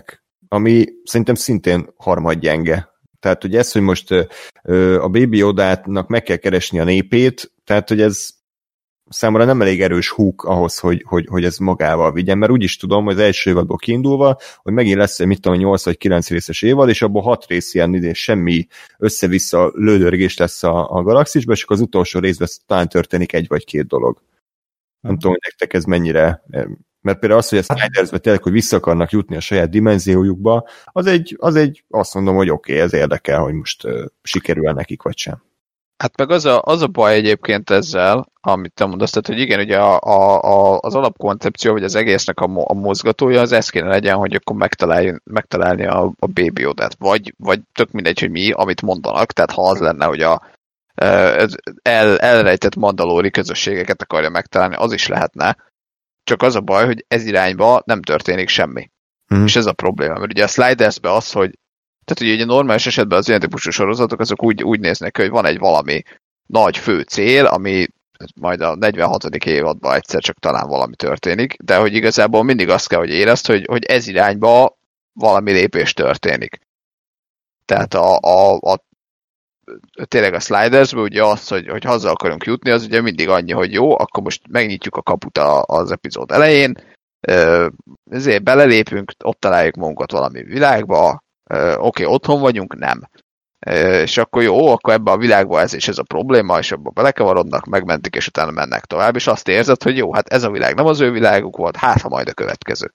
ami szerintem szintén harmadgyenge. Tehát, hogy ez, hogy most a Baby Yodának meg kell keresni a népét, tehát, hogy ez számomra nem elég erős húk ahhoz, hogy ez magával vigyen, mert úgy is tudom, hogy az első évadból kiindulva, hogy megint lesz egy, mit tudom, 8 vagy 9 részes évad, és abból 6 rész ilyen semmi össze-vissza lődörgés lesz a galaxisban, és akkor az utolsó részben talán történik egy vagy két dolog. Nem tudom, hogy nektek ez mennyire... Mert például az, hogy a Snydersbe tényleg, hogy vissza akarnak jutni a saját dimenziójukba, az egy azt mondom, hogy oké, ez érdekel, hogy most sikerül nekik, vagy sem. Hát meg az a baj egyébként ezzel, amit te mondasz, tehát, hogy igen, ugye az alapkoncepció, vagy az egésznek a mozgatója, az ez kéne legyen, hogy akkor megtalálni a Baby Yodát. Vagy tök mindegy, hogy mi, amit mondanak, tehát ha az lenne, hogy elrejtett mandalóri közösségeket akarja megtalálni, az is lehetne. Csak az a baj, hogy ez irányba nem történik semmi. És ez a probléma. Mert ugye a Slidersbe az, hogy tehát ugye normális esetben az ilyen típusú sorozatok azok úgy néznek ki, hogy van egy valami nagy fő cél, ami majd a 46. évadban egyszer csak talán valami történik, de hogy igazából mindig azt kell, hogy érezd, hogy ez irányba valami lépés történik. Tehát tényleg a Slidersből ugye az, hogy haza akarunk jutni, az ugye mindig annyi, hogy jó, akkor most megnyitjuk a kaput az epizód elején, ezért belelépünk, ott találjuk magunkat valami világba, oké, otthon vagyunk, nem. És akkor jó, akkor ebben a világban ez és ez a probléma, és abban belekavarodnak, megmentik, és utána mennek tovább, és azt érzed, hogy jó, hát ez a világ nem az ő világuk volt, hát ha majd a következő.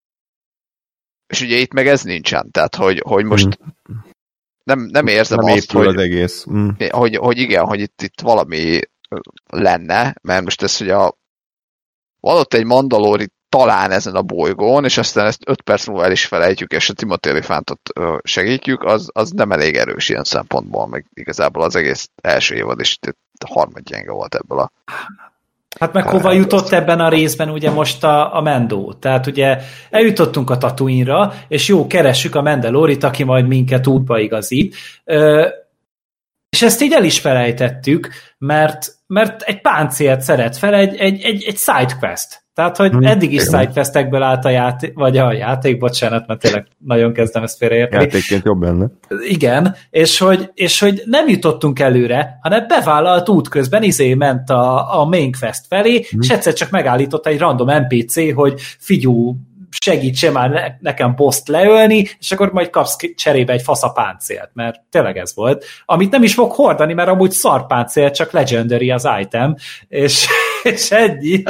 És ugye itt meg ez nincsen, tehát hogy most nem érzem nem azt, hogy, az egész. Hogy igen, hogy itt valami lenne, mert most ez, hogy van ott egy mandalóri talán ezen a bolygón, és aztán ezt 5 perc múlva el is felejtjük, és a Timothy Olyphantot segítjük, az nem elég erős ilyen szempontból, meg igazából az egész első évad is harmadgyenge volt ebből a... Hát meg hova jutott ebben a részben ugye most a Mendo? Tehát ugye eljutottunk a Tatooine-ra, és jó, keressük a Mandalorit, aki majd minket útba igazít. És ezt így el is felejtettük, mert egy páncélt szeret fel, egy sidequest. Tehát, hogy eddig is sidequestekből állt a játék, bocsánat, mert tényleg nagyon kezdem ezt félreérteni. Játékként jobb lenne. Igen, és hogy nem jutottunk előre, hanem bevállalt útközben ment a main quest felé, és egyszer csak megállított egy random NPC, hogy figyú, segítse már nekem bosszt leölni, és akkor majd kapsz cserébe egy faszapáncélt, mert tényleg ez volt. Amit nem is fog hordani, mert amúgy szarpáncél, csak legendary az item, és ennyi.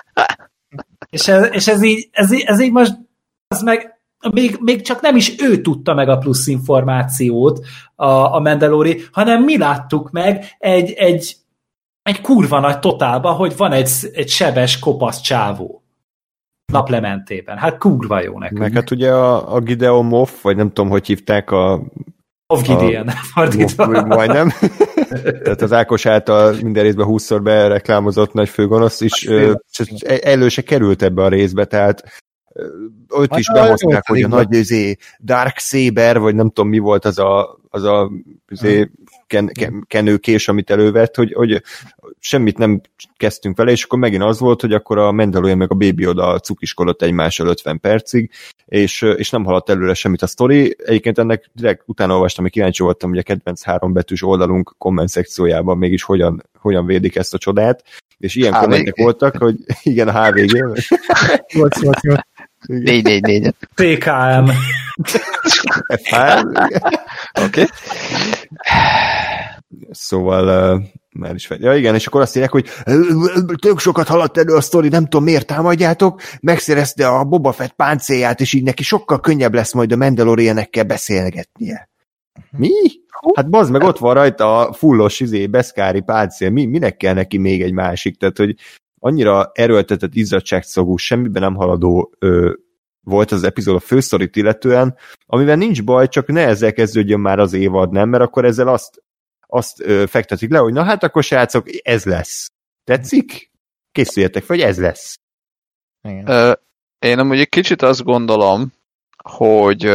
És ez így most az meg még csak nem is ő tudta meg a plusz információt a Mandalori, hanem mi láttuk meg egy kurva nagy totálba, hogy van egy sebes, kopasz csávó naplementében. Hát kurva jó nekünk. Meg hát ugye a Gideon Moff, vagy nem tudom, hogy hívták Moff Gideon, fordítva. Majdnem. Tehát az Ákos által minden részben 20-szor bereklámozott nagy főgonosz is elő se került ebbe a részbe, tehát ott is behozták, hogy a nagy Dark Saber, vagy nem tudom mi volt az a kenőkés, amit elővett, hogy semmit nem kezdtünk vele, és akkor megint az volt, hogy akkor a Mandalorian meg a Baby Yoda cukiskodott egymással 50 percig, és nem haladt előre semmit a sztori. Egyébként ennek direkt utána olvastam, hogy kíváncsi voltam, hogy a kedvenc 3 betűs oldalunk komment szekciójában mégis hogyan védik ezt a csodát, és ilyen kommentek voltak, hogy igen, a HVG. 444. PKM. Oké. Szóval már is ja igen, és akkor azt írják, hogy tök sokat haladt elő a sztori, nem tudom miért támadjátok, megszerezte a Boba Fett páncélját, és így neki sokkal könnyebb lesz majd a Mandalorianekkel beszélgetnie. Mi? Hát bazd meg, ott van rajta a fullos beszkári páncél, minek kell neki még egy másik? Tehát, hogy annyira erőltetett, izzadságszagú, semmiben nem haladó volt az epizód a fősztorit illetően, amivel nincs baj, csak ne ezzel kezdődjön már az évad, nem? Mert akkor ezzel azt fektetik le, hogy na hát akkor srácok, ez lesz. Tetszik? Készüljetek fel, hogy ez lesz. Igen. Én amúgy egy kicsit azt gondolom, hogy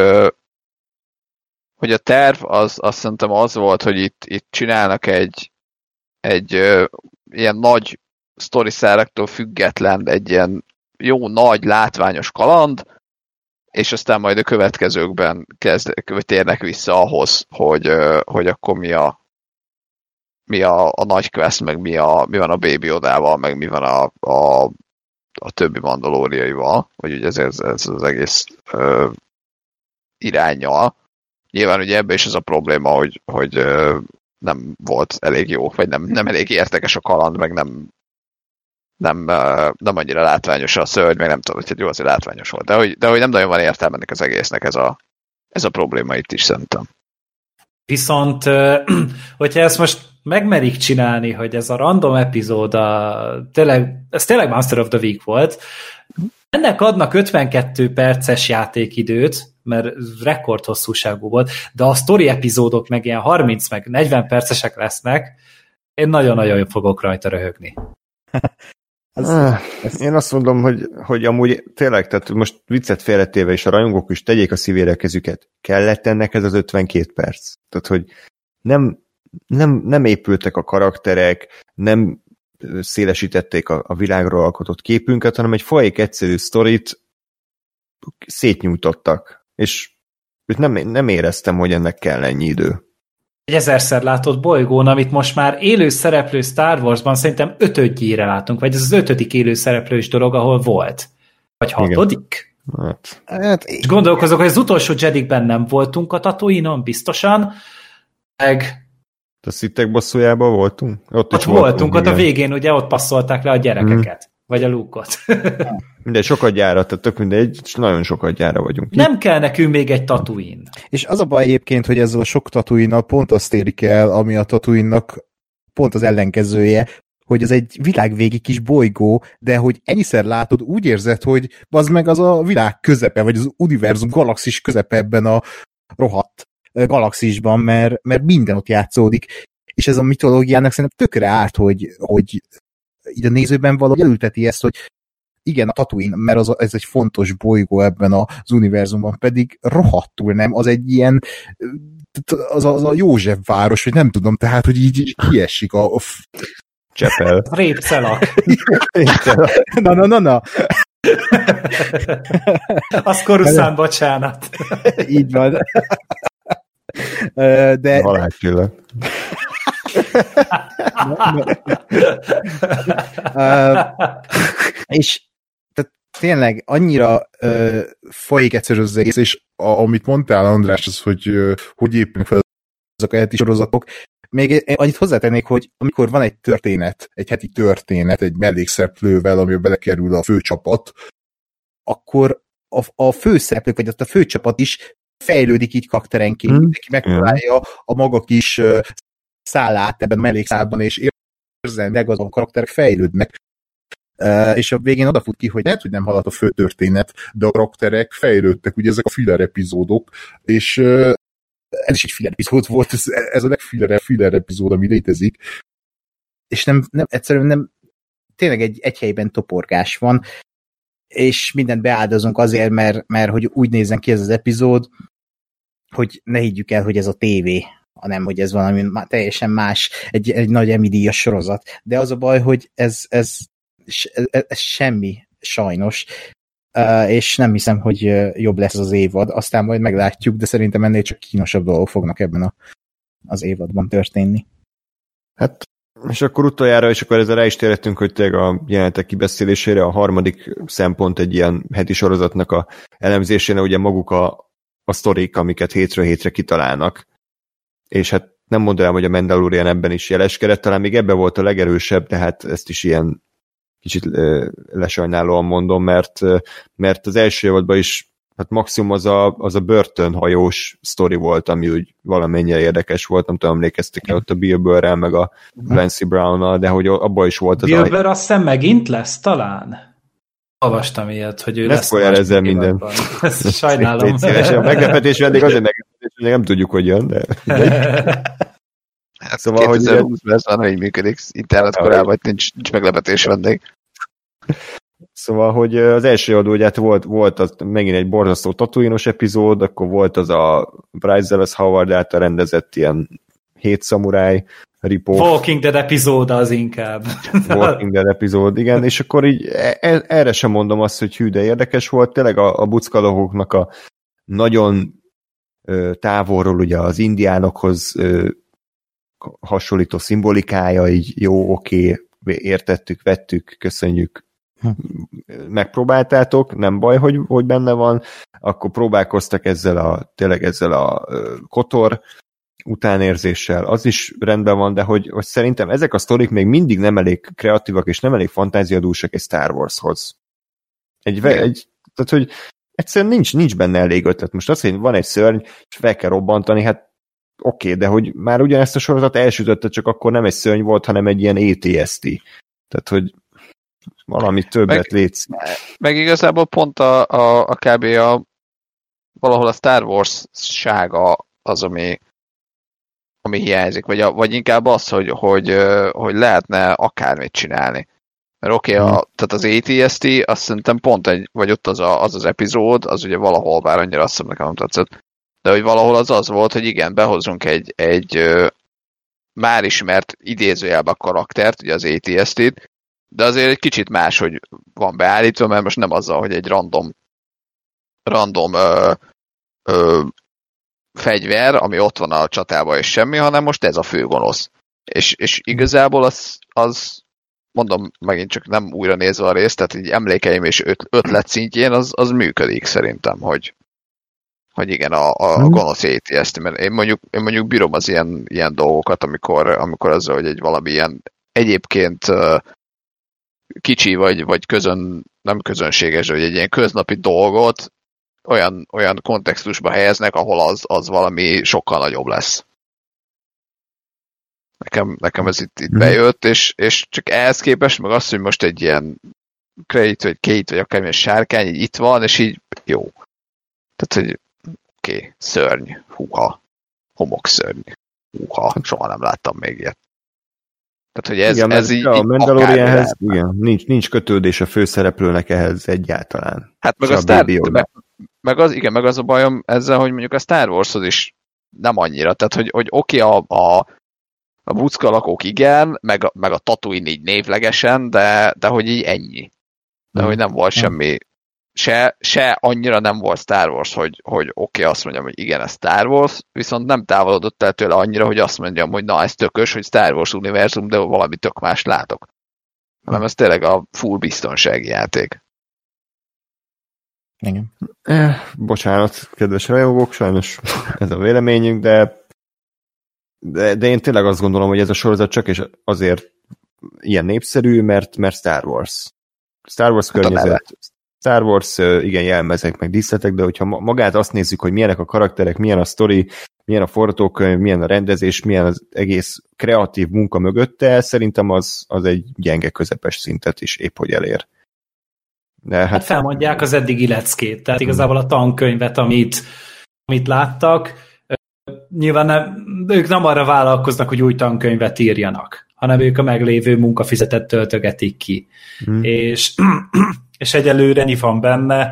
a terv azt szerintem az volt, hogy itt csinálnak egy ilyen nagy sztoriszáraktól független, egy ilyen jó, nagy, látványos kaland, és aztán majd a következőkben térnek vissza ahhoz, hogy akkor mi a nagy quest, meg mi van a Baby Yodával, meg mi van a többi mandalóriaival, vagy ugye ez az egész iránnyal. Nyilván ugye ebben is az a probléma, hogy nem volt elég jó, vagy nem elég értekes a kaland, meg nem annyira látványos a szörny, meg nem tudom, hogy jó, azért látványos volt, de hogy nem nagyon van értelme ennek az egésznek ez a probléma itt is szerintem. Viszont, hogyha ezt most megmerik csinálni, hogy ez a random epizód, ez tényleg Monster of the Week volt, ennek adnak 52 perces játékidőt, mert rekord hosszúságú volt, de a sztori epizódok meg ilyen 30 meg 40 percesek lesznek, én nagyon-nagyon fogok rajta röhögni. Én azt mondom, hogy amúgy tényleg, tehát most viccet félretéve, és a rajongók is tegyék a szívére a kezüket. Kellett ennek ez az 52 perc? Tehát, hogy nem épültek a karakterek, nem szélesítették a világról alkotott képünket, hanem egy folyik egyszerű sztorit szétnyújtottak. És nem éreztem, hogy ennek kell ennyi idő. Egy 1000-szer látott bolygón, amit most már élő szereplő Star Warsban szerintem 5-ödjére látunk, vagy ez az 5. élő szereplős dolog, ahol volt. Vagy 6. Hát, és gondolkozok, hogy az utolsó Jedikben nem voltunk a Tatooine-on, biztosan, meg... A Sithek bosszújában voltunk? Ott voltunk, ott a végén ugye ott passzolták le a gyerekeket. Vagy a Luke-ot. Mindegy, sokat gyára, tehát tök mindegy, és nagyon sokat gyára vagyunk. Nem kell nekünk még egy Tatooine. És az a baj egyébként, hogy ezzel a sok Tatooine-nal pont azt érik el, ami a Tatooine-nak pont az ellenkezője, hogy ez egy világvégi kis bolygó, de hogy ennyiszer látod, úgy érzed, hogy az meg az a világ közepe, vagy az univerzum galaxis közepe ebben a rohadt galaxisban, mert minden ott játszódik. És ez a mitológiának szerintem tökre árt, hogy így a nézőben valahogy elülteti ezt, hogy igen, a Tatooine, mert ez egy fontos bolygó ebben az univerzumban, pedig rohadtul nem, az egy ilyen az a József város, vagy nem tudom, tehát, hogy így kiesik a Csepel. Répcelak. Na. Az Koruszán, bocsánat. Így van. De... Halálcsillag. És tehát tényleg annyira folyik egyszerű az egész, és amit mondtál, András, az, hogy épülnek fel azok a heti sorozatok. Még annyit hozzátennék, hogy amikor van egy történet, egy heti történet, egy mellékszereplővel, amiben belekerül a főcsapat, akkor a főszereplők, vagy a főcsapat is fejlődik így karakterenként, mindenki megtalálja a maga kis szállát ebben a mellékszálban, és érzelmileg azon a karakterek fejlődnek. És a végén odafut ki, hogy lehet, hogy nem haladt a fő történet, de a karakterek fejlődtek, ugye ezek a filler epizódok, és ez is egy filler epizód volt, ez a legfiller epizód, ami létezik. És nem egyszerűen nem, tényleg egy helyben toporgás van, és mindent beáldozunk azért, mert hogy úgy nézzen ki ez az epizód, hogy ne higgyük el, hogy ez a tévé, hanem hogy ez valami teljesen más, egy nagy Emmy-díjas sorozat. De az a baj, hogy ez semmi, sajnos, és nem hiszem, hogy jobb lesz az évad, aztán majd meglátjuk, de szerintem ennél csak kínosabb dolgok fognak ebben az évadban történni. Hát, és akkor utoljára, és akkor ezzel rá is térhetünk, hogy tényleg a jelenetek kibeszélésére a harmadik szempont egy ilyen heti sorozatnak a elemzésére, ugye maguk a sztorik, amiket hétről hétre kitalálnak. És hát nem mondanám, hogy a Mandalorian ebben is jeleskedett, talán még ebben volt a legerősebb, de hát ezt is ilyen kicsit lesajnálóan mondom, mert az első évadban is hát maximum az a börtönhajós sztori volt, ami úgy valamennyire érdekes volt, nem tudom, emlékeztek-e ott a Bill Burr-rel, meg a Clancy Brown-nal, de hogy abban is volt az... Bill Burr azt hiszem megint lesz talán? Olvastam ilyet, hogy ő lesz. Ne spoiler ezzel minden. Ezt sajnálom. Szívesen. Meglepetés vendég azért meglepetés, hogy nem tudjuk, hogy jön, de... Hát szóval, 2020-ban van, hogy működik internetkorában, vagy nincs meglepetés vendég. Szóval, hogy az első adó, ugye volt az megint egy borzasztó Tatooine-os epizód, akkor volt az a Bryce Dallas Howard által rendezett ilyen 7 szamuráj ripó. Walking Dead epizód az inkább. Walking Dead epizód, igen, és akkor így erre sem mondom azt, hogy hű, de érdekes volt, tényleg a buckalogóknak a nagyon távolról ugye az indiánokhoz hasonlító szimbolikája, így jó, oké, értettük, vettük, köszönjük, megpróbáltátok, nem baj, hogy benne van, akkor próbálkoztak tényleg ezzel a kotor utánérzéssel, az is rendben van, de hogy szerintem ezek a sztorik még mindig nem elég kreatívak, és nem elég fantáziadúsak egy Star Warshoz. Tehát, hogy egyszerűen nincs benne elég ötlet. Most azt, hogy van egy szörny, és fel kell robbantani, hát oké, de hogy már ugyanezt a sorozat elsütötte, csak akkor nem egy szörny volt, hanem egy ilyen ATST. Tehát, hogy valami többet létsz. Meg igazából pont a kb. Valahol a Star Wars-sága az, ami hiányzik, vagy inkább az, hogy lehetne akármit csinálni. Mert oké, tehát az ATST, azt szerintem pont vagy ott az epizód, az ugye valahol, bár annyira azt hiszem nekem nem tetszett, de hogy valahol az volt, hogy igen, behozunk egy már ismert idézőjelben karaktert, ugye az ATST-t, de azért egy kicsit más, hogy van beállítva, mert most nem azzal, hogy egy random fegyver, ami ott van a csatában és semmi, hanem most ez a főgonosz. És igazából az mondom, megint csak nem újra nézve a részt, tehát így emlékeim és ötlet szintjén az működik szerintem, hogy igen, a gonosz ATST, mert én mondjuk bírom az ilyen dolgokat, amikor az, hogy egy valami ilyen egyébként kicsi, vagy nem közönséges, hogy egy ilyen köznapi dolgot olyan kontextusba helyeznek, ahol az valami sokkal nagyobb lesz. Nekem ez itt bejött, és csak ehhez képest, meg az, hogy most egy ilyen Kate, vagy akármilyen sárkány így itt van, és így jó. Tehát, hogy oké, szörny, húha, homokszörny, húha, soha nem láttam még ilyet. Tehát, hogy ez így a Mandalorianhez igen, nincs kötődés a főszereplőnek ehhez egyáltalán. Hát meg az a bajom ezzel, hogy mondjuk a Star Warshoz is nem annyira. Tehát, hogy oké, a buckalakók igen, meg a Tatooine így névlegesen, de hogy így ennyi. De hogy nem volt semmi, se annyira nem volt Star Wars, hogy oké, azt mondjam, hogy igen, ez Star Wars, viszont nem távolodott el tőle annyira, hogy azt mondjam, hogy na, ez tökös, hogy Star Wars univerzum, de valami tök más látok. Hanem ez tényleg a full biztonsági játék. Igen. Bocsánat, kedves rajongók, sajnos ez a véleményünk, de én tényleg azt gondolom, hogy ez a sorozat csak és azért ilyen népszerű, mert Star Wars. Star Wars környezet, Star Wars, igen, jelmezek, meg díszletek, de hogyha magát azt nézzük, hogy milyenek a karakterek, milyen a sztori, milyen a forgatókönyv, milyen a rendezés, milyen az egész kreatív munka mögötte, szerintem az egy gyenge közepes szintet is épp hogy elér. De hát felmondják az eddigi leckét, tehát igazából a tankönyvet, amit láttak, nyilván ők nem arra vállalkoznak, hogy új tankönyvet írjanak, hanem ők a meglévő munkafizetet töltögetik ki. És egyelőre ennyi van benne.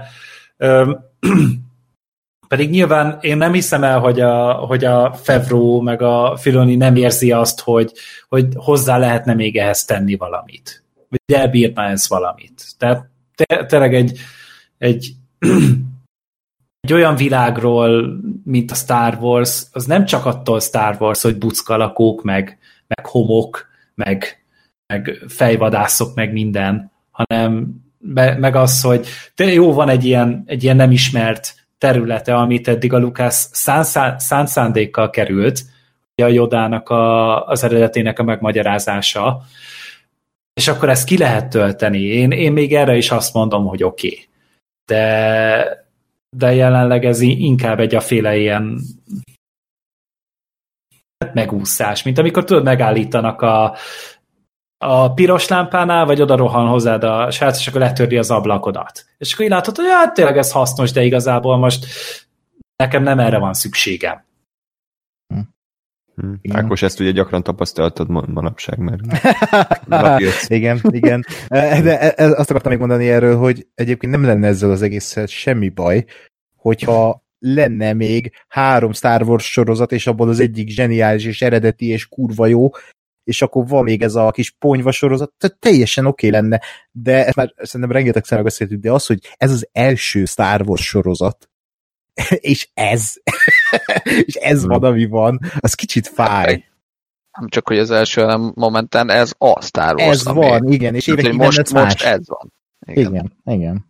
Pedig nyilván én nem hiszem el, hogy a Favreau meg a Filoni nem érzi azt, hogy hozzá lehetne még ehhez tenni valamit. Vagy elbírna ez valamit. Tehát tényleg egy olyan világról, mint a Star Wars, az nem csak attól Star Wars, hogy buckalakók, meg homok, meg fejvadászok, meg minden, hanem meg az, hogy jó, van egy ilyen nem ismert területe, amit eddig a Lucas szánt szándékkal került, a Yodának az eredetének a megmagyarázása, és akkor ezt ki lehet tölteni. Én még erre is azt mondom, hogy oké. De jelenleg ez inkább egyféle ilyen megúszás, mint amikor tudod, megállítanak a piros lámpánál, vagy oda rohan hozzád a srác, és akkor letörli az ablakodat. És akkor így látod, hogy hát tényleg ez hasznos, de igazából most nekem nem erre van szükségem. Ákos, ezt ugye gyakran tapasztaltad manapság, mert igen. De azt akartam még mondani erről, hogy egyébként nem lenne ezzel az egésszel semmi baj, hogyha lenne még 3 Star Wars sorozat, és abból az egyik zseniális és eredeti és kurva jó, és akkor van még ez a kis ponyva sorozat, tehát teljesen oké lenne, de ezt már szerintem rengetegszer beszéltük, de az, hogy ez az első Star Wars sorozat, és ez van, ami van, az kicsit fáj. Nem csak, hogy az első, hanem momentán ez a Star Wars. Ez van, igen, és évekig most ez van. Igen.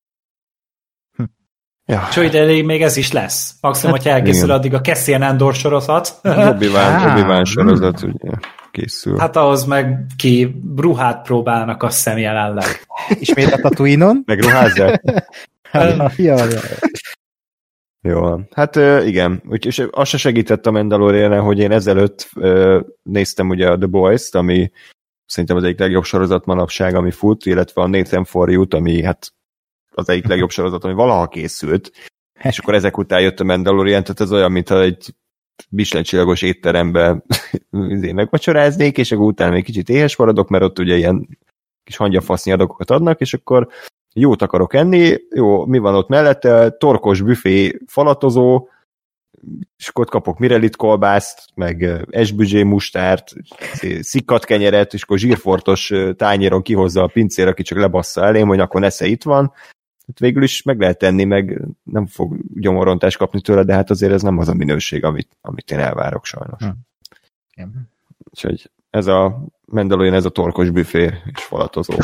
Ja. Csúly, még ez is lesz. Maximum, hogy elkészül addig a Cassian Andor sorozat. Obi-Wan sorozat ugye készül. Hát ahhoz meg ki ruhát próbálnak, azt hiszem jelenleg. Ismét a Tatooine-on? Meg ruházzák? Jaj. Jó, hát igen, úgyhogy az se segített a Mandalorian, hogy én ezelőtt néztem ugye a The Boys-t, ami szerintem az egyik legjobb sorozat manapság, ami fut, illetve a Nathan For You-t, ami hát az egyik legjobb sorozat, ami valaha készült, és akkor ezek után jött a Mandalorian, tehát ez olyan, mintha egy Michelin-csillagos étterembe megvacsoráznék, és akkor utána még kicsit éhes maradok, mert ott ugye ilyen kis hangyafasznyi adagokat adnak, és akkor jót akarok enni, jó, mi van ott mellette? Torkos büfé falatozó, és akkor kapok Mirelit kolbászt, meg esbüzsé mustárt, szikkat kenyeret, és akkor zsírfortos tányéron kihozza a pincér, aki csak lebassza elém, hogy akkor nesze itt van. Hát végül is meg lehet tenni, meg nem fog gyomorontást kapni tőle, de hát azért ez nem az a minőség, amit én elvárok sajnos. Úgyhogy ez a Mandalorian, ez a torkos büfé és falatozó.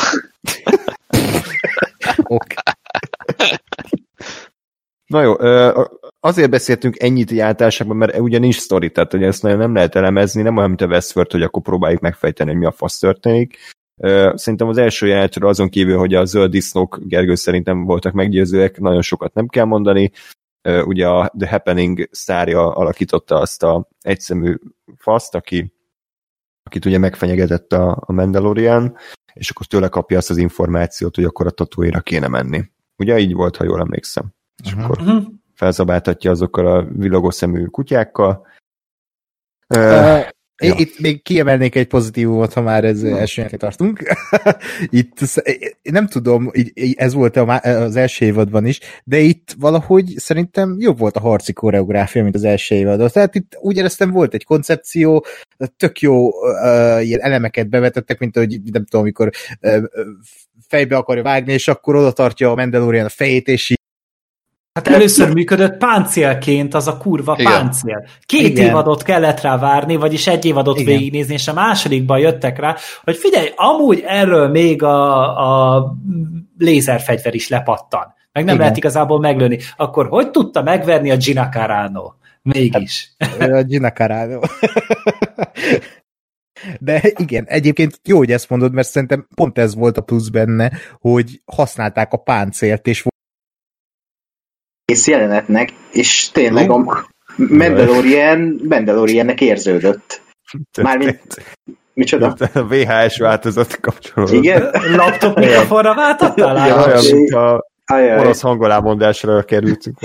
Okay. Na jó, azért beszéltünk ennyit így általánosságban, mert ugye nincs sztori, tehát hogy ezt nem lehet elemezni, nem olyan, mint a Westworld, hogy akkor próbáljuk megfejteni, hogy mi a fasz történik. Szerintem az első jelenetről azon kívül, hogy a zöld disznók Gergő szerintem voltak meggyőzőek, nagyon sokat nem kell mondani. Ugye a The Happening sztárja alakította azt a egyszemű faszt, akit ugye megfenyegetett a Mandalorian, és akkor tőle kapja azt az információt, hogy akkor a Tatooine-ra kéne menni. Ugye így volt, ha jól emlékszem. És akkor felzabáltatja azokkal a villogó szemű kutyákkal. Itt még kiemelnék egy pozitívumot, ha már ez elsőnek tartunk. Itt nem tudom, ez volt az első évadban is, de itt valahogy szerintem jobb volt a harci koreográfia, mint az első évadban. Tehát itt úgy éreztem, volt egy koncepció, tök jó ilyen elemeket bevetettek, mint hogy nem tudom, amikor fejbe akarja vágni, és akkor oda tartja a Mandalorian a fejét, és Hát először működött páncélként az a kurva páncél. 2 évadot kellett rá várni, vagyis 1 évadot végignézni, és a másodikban jöttek rá, hogy figyelj, amúgy erről még a lézerfegyver is lepattan. Meg nem lehet igazából meglőni. Akkor hogy tudta megverni a Gina Carano? Mégis. A Gina Carano. De igen, egyébként jó, hogy ezt mondod, mert szerintem pont ez volt a plusz benne, hogy használták a páncélt, és jelenetnek, és tényleg a Mandaloriannek érződött. Mármint micsoda? A VHS változat kapcsolódott. Igen? Laptop mikrofonra váltottál? Ja, olyan, mint a orosz hangolámondásra kerültünk.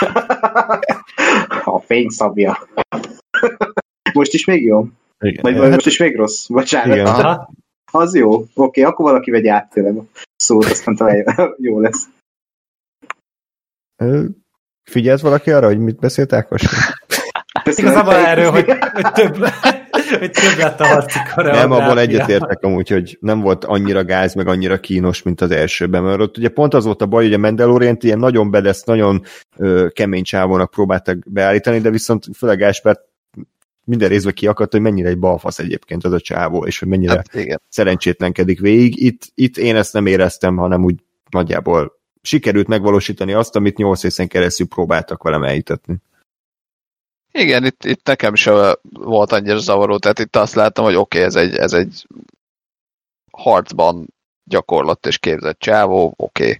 A fényszabja. Most is még jó? Vagy most is még rossz? Bocsánat. Az jó. Oké, akkor valaki vegye át tőlem a szót, aztán talán jó lesz. Figyelsz valaki arra, hogy mit beszélt Ákos? Igazából erről, hogy több lett a harci koreográfia. Nem, abból egyetértek amúgy, hogy nem volt annyira gáz, meg annyira kínos, mint az elsőben, mert ott ugye pont az volt a baj, hogy a Mandalorian-t ilyen nagyon bedesz, nagyon kemény csávónak próbáltak beállítani, de viszont főleg Gáspár minden részben kiakadt, hogy mennyire egy balfasz egyébként az a csávó, és hogy mennyire szerencsétlenkedik végig. Itt én ezt nem éreztem, hanem úgy nagyjából sikerült megvalósítani azt, amit 8 részen keresztül próbáltak velem elhitetni. Igen, itt nekem sem volt annyira zavaró, tehát itt azt láttam, hogy oké, ez egy harcban gyakorlott és képzett csávó, oké.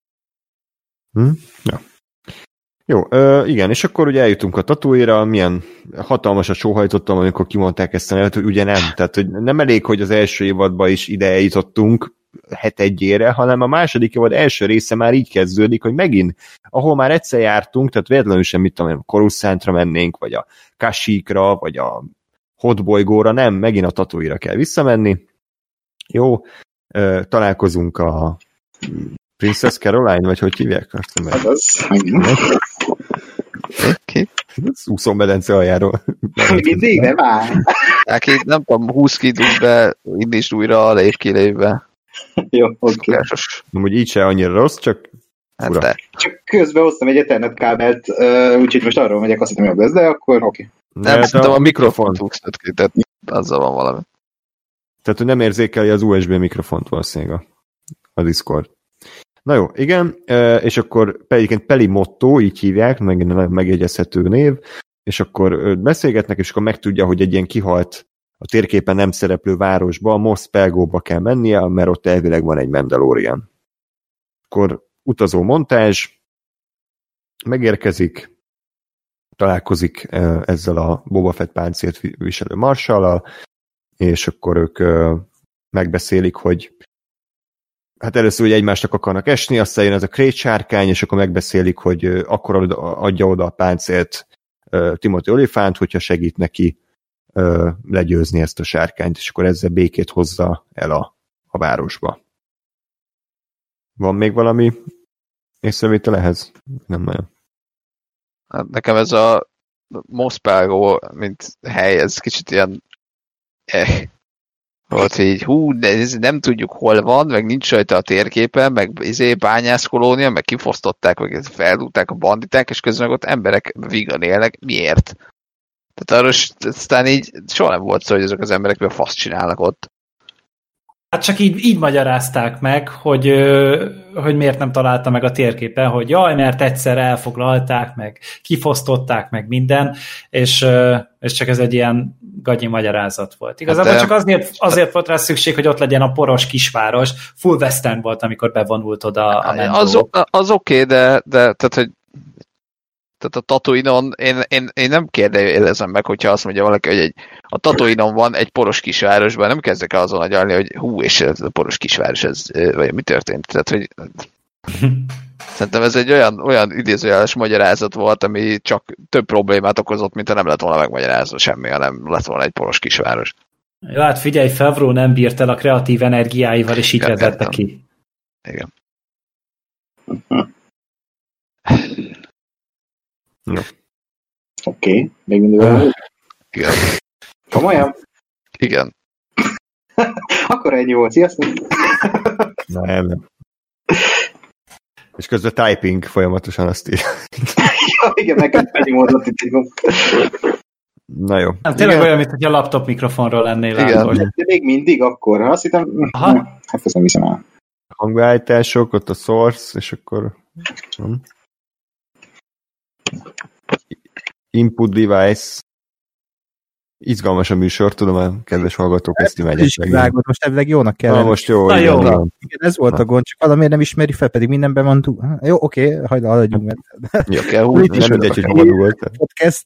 Ja. Jó, igen, és akkor ugye eljutunk a Tatooine-ra, milyen hatalmasat sóhajtottam, amikor kimondták ezt a nevet, hogy ugye nem, tehát hogy nem elég, hogy az első évadban is ide eljutottunk, egyére, hanem a második évad első része már így kezdődik, hogy megint, ahol már egyszer jártunk, tehát véletlenül sem, mit tudom, a Coruscantra mennénk, vagy a Kashyyykra, vagy a Hotbolygóra, nem, megint a Tatooine-ra kell visszamenni. Jó, találkozunk a Princess Caroline, vagy hogy hívják? Ki? Úszómedence aljáról. Mindig nem áll. Aki nem tudom, 20 kidunk be, indítsd újra a lépkilévbe. Jó, oké. Amúgy így se annyira rossz, csak Hát de. Csak közben hoztam egy Ethernet kábelt, úgyhogy most arról megyek, azt hittem jobb lesz, de akkor oké. Nem, szerintem a mikrofont húztad ki, tehát azzal van valami. Tehát, hogy nem érzékeli az USB mikrofont valószínűleg a Discord. Na jó, igen, és akkor egyébként Peli Motto, így hívják, megint megjegyezhető név, és akkor beszélgetnek, és akkor megtudja, hogy egy ilyen kihalt, a térképen nem szereplő városba, Mos Pelgóba kell mennie, mert ott elvileg van egy Mandalorian. Akkor utazó montázs, megérkezik, találkozik ezzel a Boba Fett páncélt viselő marsallal, és akkor ők megbeszélik, hogy hát először ugye egymásnak akarnak esni, aztán jön ez a Krayt sárkány, és akkor megbeszélik, hogy akkor adja oda a páncélt Timothy Olyphant, hogyha segít neki legyőzni ezt a sárkányt, és akkor ezzel békét hozza el a városba. Van még valami észrevétel ehhez? Nem nagyon. Hát nekem ez a Mos Pelgo, mint hely, ez kicsit ilyen volt így, de nem tudjuk hol van, meg nincs rajta a térképen, meg bányászkolónia, meg kifosztották, meg feldúlták a banditák, és közben ott emberek vígan élnek. Miért? Tehát arra aztán így soha nem volt szó, hogy azok az emberek mi a faszt csinálnak ott. Hát csak így magyarázták meg, hogy miért nem találta meg a térképen, hogy jaj, mert egyszer elfoglalták, meg kifosztották, meg minden, és csak ez egy ilyen gagyi magyarázat volt. Igazából csak azért volt rá szükség, hogy ott legyen a poros kisváros. Full western volt, amikor bevonult oda a Mando. Az oké, de tehát, hogy tehát a Tatooine-on én nem kérdezem meg, hogyha azt mondja valaki, hogy a Tatooine-on van egy poros kisvárosban, nem kezdek el azon agyalni, hogy és ez a poros kisváros, ez, vagy mi történt. Tehát, hogy szerintem ez egy olyan idézőjeles magyarázat volt, ami csak több problémát okozott, mint ha nem lett volna megmagyarázva semmi, hanem lett volna egy poros kisváros. Jó, hát figyelj, Favreau nem bírt el a kreatív energiáival, és így vezette ki. Igen. No. Oké, még mindig van. Igen. Komolyan? Igen. Akkor ennyi volt, sziasztok! Nem. És közben typing folyamatosan azt írja. Ja, igen, nekem ennyi módot itt egy. Na jó. Nem, tényleg olyan, mint hogy a laptop mikrofonról lennél látva. De még mindig akkor, azt hittem, hát ezt nem hiszem el. Hangbeállítások, ott a source, és akkor input device. Izgalmas a műsor, tudom, a kedves hallgatók ezt imádják. Most elvileg jónak kell. Na, most jó. Igen, igen, ez volt a gond, csak valamiért nem ismeri fel, pedig mindenben van túl. Jó, oké, hagyd haladjunk, mert... Jó, kell húzni, nem mindegy, hogy hova dugoltál. Podcast.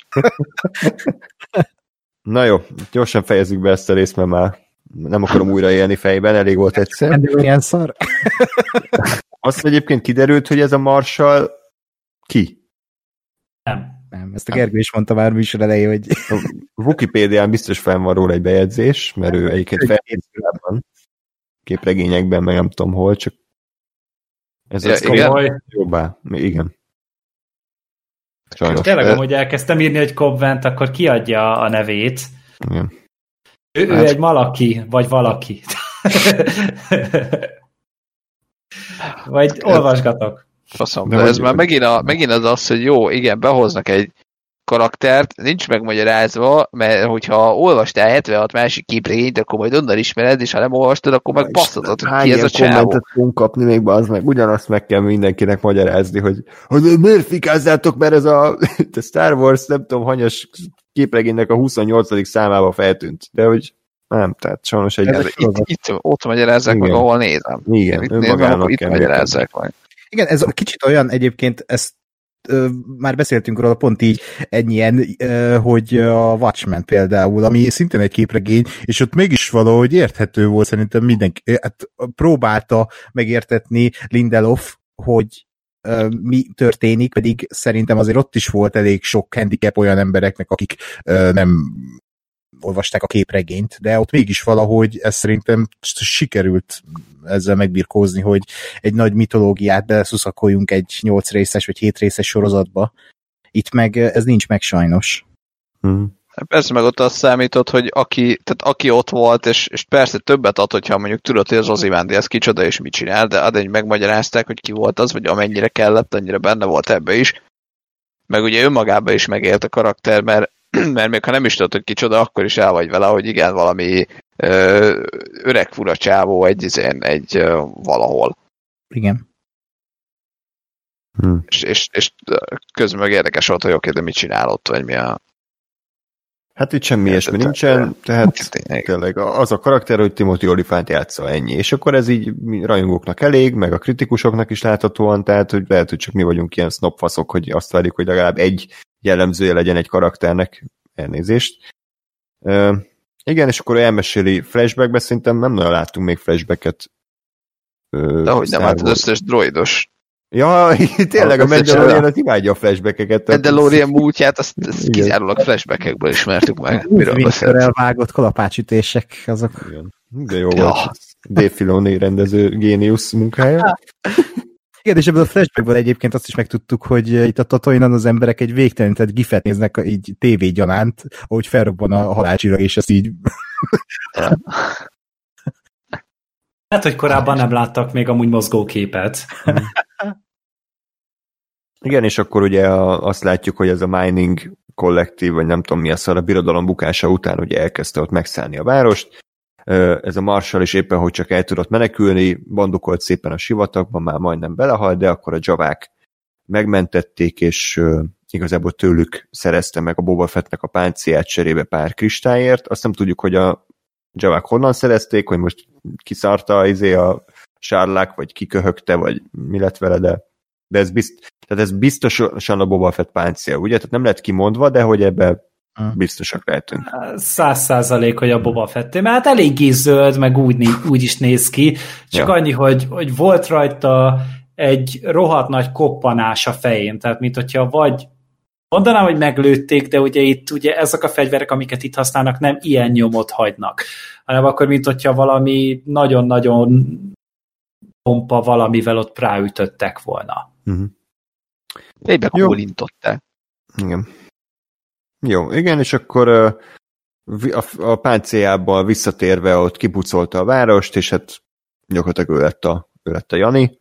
Na jó, gyorsan fejezzük be ezt a részt, mert már nem akarom újra élni fejben, elég volt egyszer. Ilyen szar. Azt egyébként kiderült, hogy ez a Marshall ki? Nem, ezt a Gergő is mondta már műsor elején, hogy... A Wikipédián biztos fenn van róla egy bejegyzés, mert ő egyébként felírtában, képregényekben, meg nem tudom hol, csak ez az komoly. Jobbá. Igen. Sajnos. Tényleg, amúgy elkezdtem írni, hogy Cobb-Vanth, akkor kiadja a nevét. Igen. Ő egy malaki, vagy valaki. Vagy olvasgatok. Faszom, de ez már megint az, hogy jó, igen, behoznak egy karaktert, nincs megmagyarázva, mert hogyha olvastál 76 másik képregényt, akkor majd onnan ismered, és ha nem olvastad, akkor meg passzatod, hogy ki ez a csávó. Kommentet fogunk kapni még be, az meg ugyanazt meg kell mindenkinek magyarázni, hogy miért fikázzátok, mert ez a Star Wars, nem tudom, hanyas képregénynek a 28. számába feltűnt. De hogy nem, tehát sajnos ott magyarázzák meg, ahol nézem. Igen, itt nézem, akkor itt magyarázzák meg. Igen, ez kicsit olyan egyébként, ezt már beszéltünk róla pont így ennyien, hogy a Watchmen például, ami szintén egy képregény, és ott mégis valahogy érthető volt szerintem mindenki. Hát próbálta megértetni Lindelof, hogy mi történik, pedig szerintem azért ott is volt elég sok handicap olyan embereknek, akik nem olvasták a képregényt, de ott mégis valahogy ez szerintem sikerült ezzel megbirkózni, hogy egy nagy mitológiát beleszuszakoljunk egy 8 részes vagy 7 részes sorozatba, Itt meg ez nincs meg sajnos. Persze meg ott azt számított, hogy aki ott volt, és persze többet ad, hogyha mondjuk tudod, hogy az Ozymandias ez kicsoda és mit csinál, de addig megmagyarázták, hogy ki volt az, vagy amennyire kellett, annyira benne volt ebbe is. Meg ugye önmagában is megélt a karakter, mert még ha nem is tudod, hogy kicsoda, akkor is el vagy vele, hogy igen, valami öreg fura csávó egy valahol. Igen. És közben meg érdekes volt, hogy oké, de mit csinál ott, vagy mi a... Hát itt semmi ilyesmi nincsen, tehát tényleg az a karakter, hogy Timothy Olyphant játsza, ennyi. És akkor ez így rajongóknak elég, meg a kritikusoknak is láthatóan, tehát hogy lehet, hogy csak mi vagyunk ilyen sznopfaszok, hogy azt várjuk, hogy legalább egy jellemzője legyen egy karakternek, elnézést. Igen, és akkor elmeséli flashbackbe, szerintem nem nagyon láttunk még flashbacket. De hogy nem, hát az összes droidos. Ja, tényleg a Mandalorian imádja a flashbackeket. Mandalorian múltját, azt kizárólag flashbackekből ismertük meg. Miről vágott kalapácsütések, azok. Igen. De jó volt. Dave Filoni rendező géniusz munkája. Igen, és ebből a flashbackből egyébként azt is megtudtuk, hogy itt a Tatooine-on az emberek egy végtelenített gifet néznek így tévégyanánt, ahogy felrobban a halálcsira, és ezt így... Hát, hogy korábban nem láttak még amúgy mozgóképet. Igen, és akkor ugye azt látjuk, hogy ez a mining kollektív, vagy nem tudom mi a szar, a birodalom bukása után ugye elkezdte ott megszállni a várost. Ez a Marshall is éppen, hogy csak el tudott menekülni, bandukolt szépen a sivatagban, már majdnem belehalt, de akkor a Javák megmentették, és igazából tőlük szerezte meg a Boba Fettnek a páncélját cserébe pár kristályért. Azt nem tudjuk, hogy a Javák honnan szerezték, hogy most kiszarta a sárlák, vagy kiköhögte, vagy mi lett vele, de ez biztosan a Boba Fett páncél, ugye? Tehát nem lett kimondva, de hogy ebbe biztosak lehetünk. 100%, hogy a Boba Fetté, mert hát eléggé zöld, meg úgy is néz ki, csak annyi, hogy volt rajta egy rohadt nagy koppanás a fején, tehát mint hogyha vagy mondanám, hogy meglőtték, de ugye itt ugye ezek a fegyverek, amiket itt használnak, nem ilyen nyomot hagynak, hanem akkor, mint hogyha valami nagyon-nagyon pompa valamivel ott ráütöttek volna. Egybe kólintották. Igen. Jó, igen, és akkor a páncéljával visszatérve ott kipucolta a várost, és hát gyakorlatilag ő lett a Jani.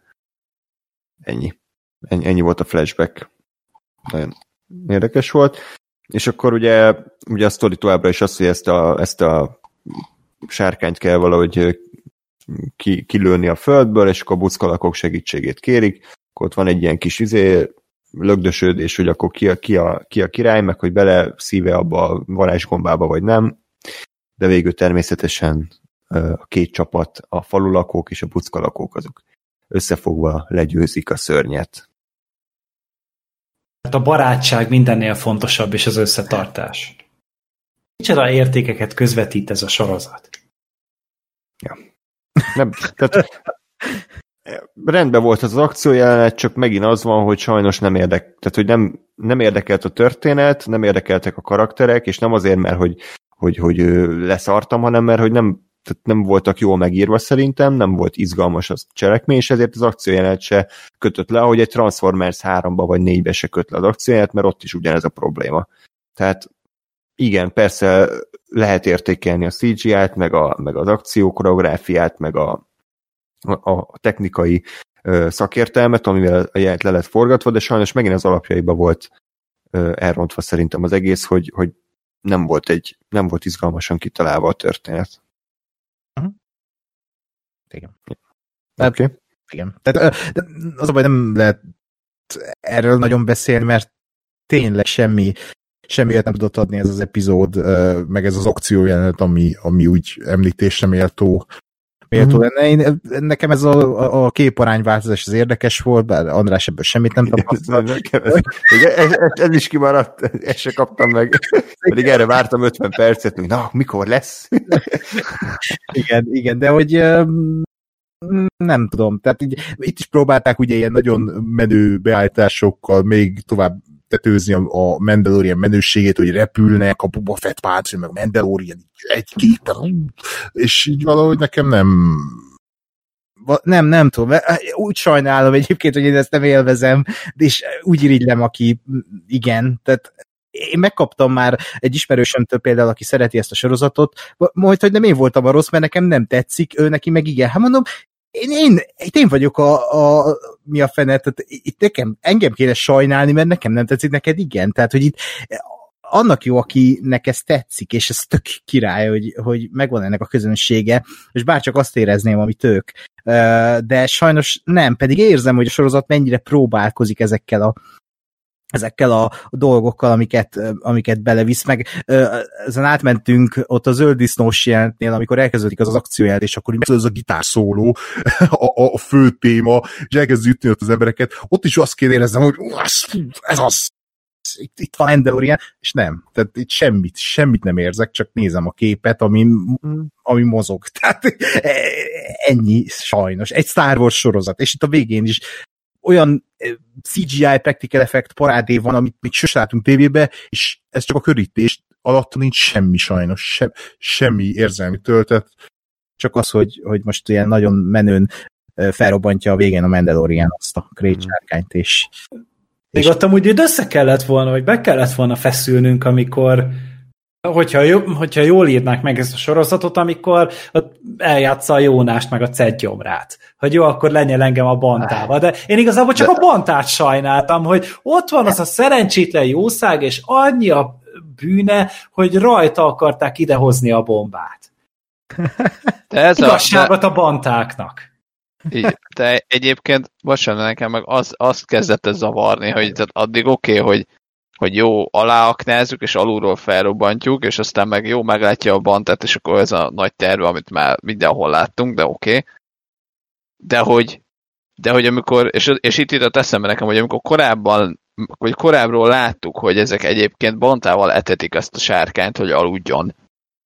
Ennyi volt a flashback. Nagyon érdekes volt. És akkor ugye a sztori továbbra is az, hogy ezt a sárkányt kell valahogy kilőni a földből, és akkor a buckalakok segítségét kérik. Akkor ott van egy ilyen kis lögdösödés, hogy akkor ki a király, meg hogy bele szíve abba a varázsgombába, vagy nem. De végül természetesen a két csapat, a falulakók és a buckalakók, azok összefogva legyőzik a szörnyet. A barátság mindennél fontosabb, és az összetartás. Micsoda értékeket közvetít ez a sorozat? Ja. Nem, tehát rendben volt az akciójelenet, csak megint az van, hogy sajnos tehát hogy nem érdekelt a történet, nem érdekeltek a karakterek, és nem azért, mert hogy leszartam, hanem mert hogy nem voltak jól megírva szerintem, nem volt izgalmas az cselekmény, és ezért az akciójelenet se kötött le, ahogy egy Transformers 3-ba vagy 4-be se köt le az akciójelenet, mert ott is ugyanez a probléma. Tehát igen, persze lehet értékelni a CGI-t, meg az akciókoreográfiát, meg a technikai szakértelmet, amivel a jelent le lett forgatva, de sajnos megint az alapjaiba volt elrontva szerintem az egész, hogy nem volt izgalmasan kitalálva a történet. Igen. Okay. Igen. Tehát, az a baj, nem lehet erről nagyon beszélni, mert tényleg semmiért nem tudott adni ez az epizód, meg ez az akciójelenet, ami úgy említésre méltó lenne. Nekem ez a képarányváltozás az érdekes volt, bár András ebből semmit nem tapasztalt. Ez is kimaradt, ezt se kaptam meg. Pedig erre vártam 50 percet, hogy na, mikor lesz? Igen, de hogy nem tudom, tehát itt is próbálták ugye ilyen nagyon menő beállításokkal még tovább tetőzni a Mandalorian menőségét, hogy repülnek, a Boba Fett páncél, meg a Mandalorian egy képen, és így valahogy nekem Nem tudom, úgy sajnálom egyébként, hogy én ezt nem élvezem, és úgy irigylem, aki igen, tehát én megkaptam már egy ismerősömtől például, aki szereti ezt a sorozatot, majd, hogy nem én voltam a rossz, mert nekem nem tetszik, ő neki meg igen. Hát mondom, én vagyok mi a fene, tehát itt engem kéne sajnálni, mert nekem nem tetszik, neked igen. Tehát, hogy itt annak jó, akinek ez tetszik, és ez tök király, hogy megvan ennek a közönsége, és bárcsak azt érezném, amit ők. De sajnos nem, pedig érzem, hogy a sorozat mennyire próbálkozik ezekkel a dolgokkal, amiket belevisz, meg ezen átmentünk ott a zöld disznós jelentnél, amikor elkezdődik az akcióját, és akkor ez a gitárszóló, a fő téma, és elkezd ütni ott az embereket. Ott is azt kéne éreznem, hogy ez az! Itt van Mandalorian, és nem. Tehát itt semmit nem érzek, csak nézem a képet, ami mozog. Tehát ennyi sajnos. Egy Star Wars sorozat, és itt a végén is olyan CGI practical effect parádé van, amit még sose látunk tévébe, és ez csak a körítés alatt nincs semmi sajnos, semmi érzelmi töltet, csak az, hogy most ilyen nagyon menőn felrobbantja a végén a Mandalorian azt a krétsárkányt, és még ott amúgy össze kellett volna, vagy be kellett volna feszülnünk, amikor hogyha jól írnák meg ezt a sorozatot, amikor eljátsza a Jónást meg a Cedgyomrát. Hogy jó, akkor lenyel engem a Bantába. De én igazából csak a Bantát sajnáltam, hogy ott van az a szerencsétlen jószág, és annyi a bűne, hogy rajta akarták idehozni a bombát. Igazságot a Bantáknak. Így, de egyébként, bocsánat, nekem meg azt kezdett ez zavarni, hogy addig oké, hogy jó, aláaknázzuk, és alulról felrobbantjuk, és aztán meg jó, meglátja a Bantát, és akkor ez a nagy terve, amit már mindenhol láttunk, de oké. De hogy amikor, és itt jutott eszembe nekem, hogy amikor korábbról láttuk, hogy ezek egyébként Bantával etetik ezt a sárkányt, hogy aludjon,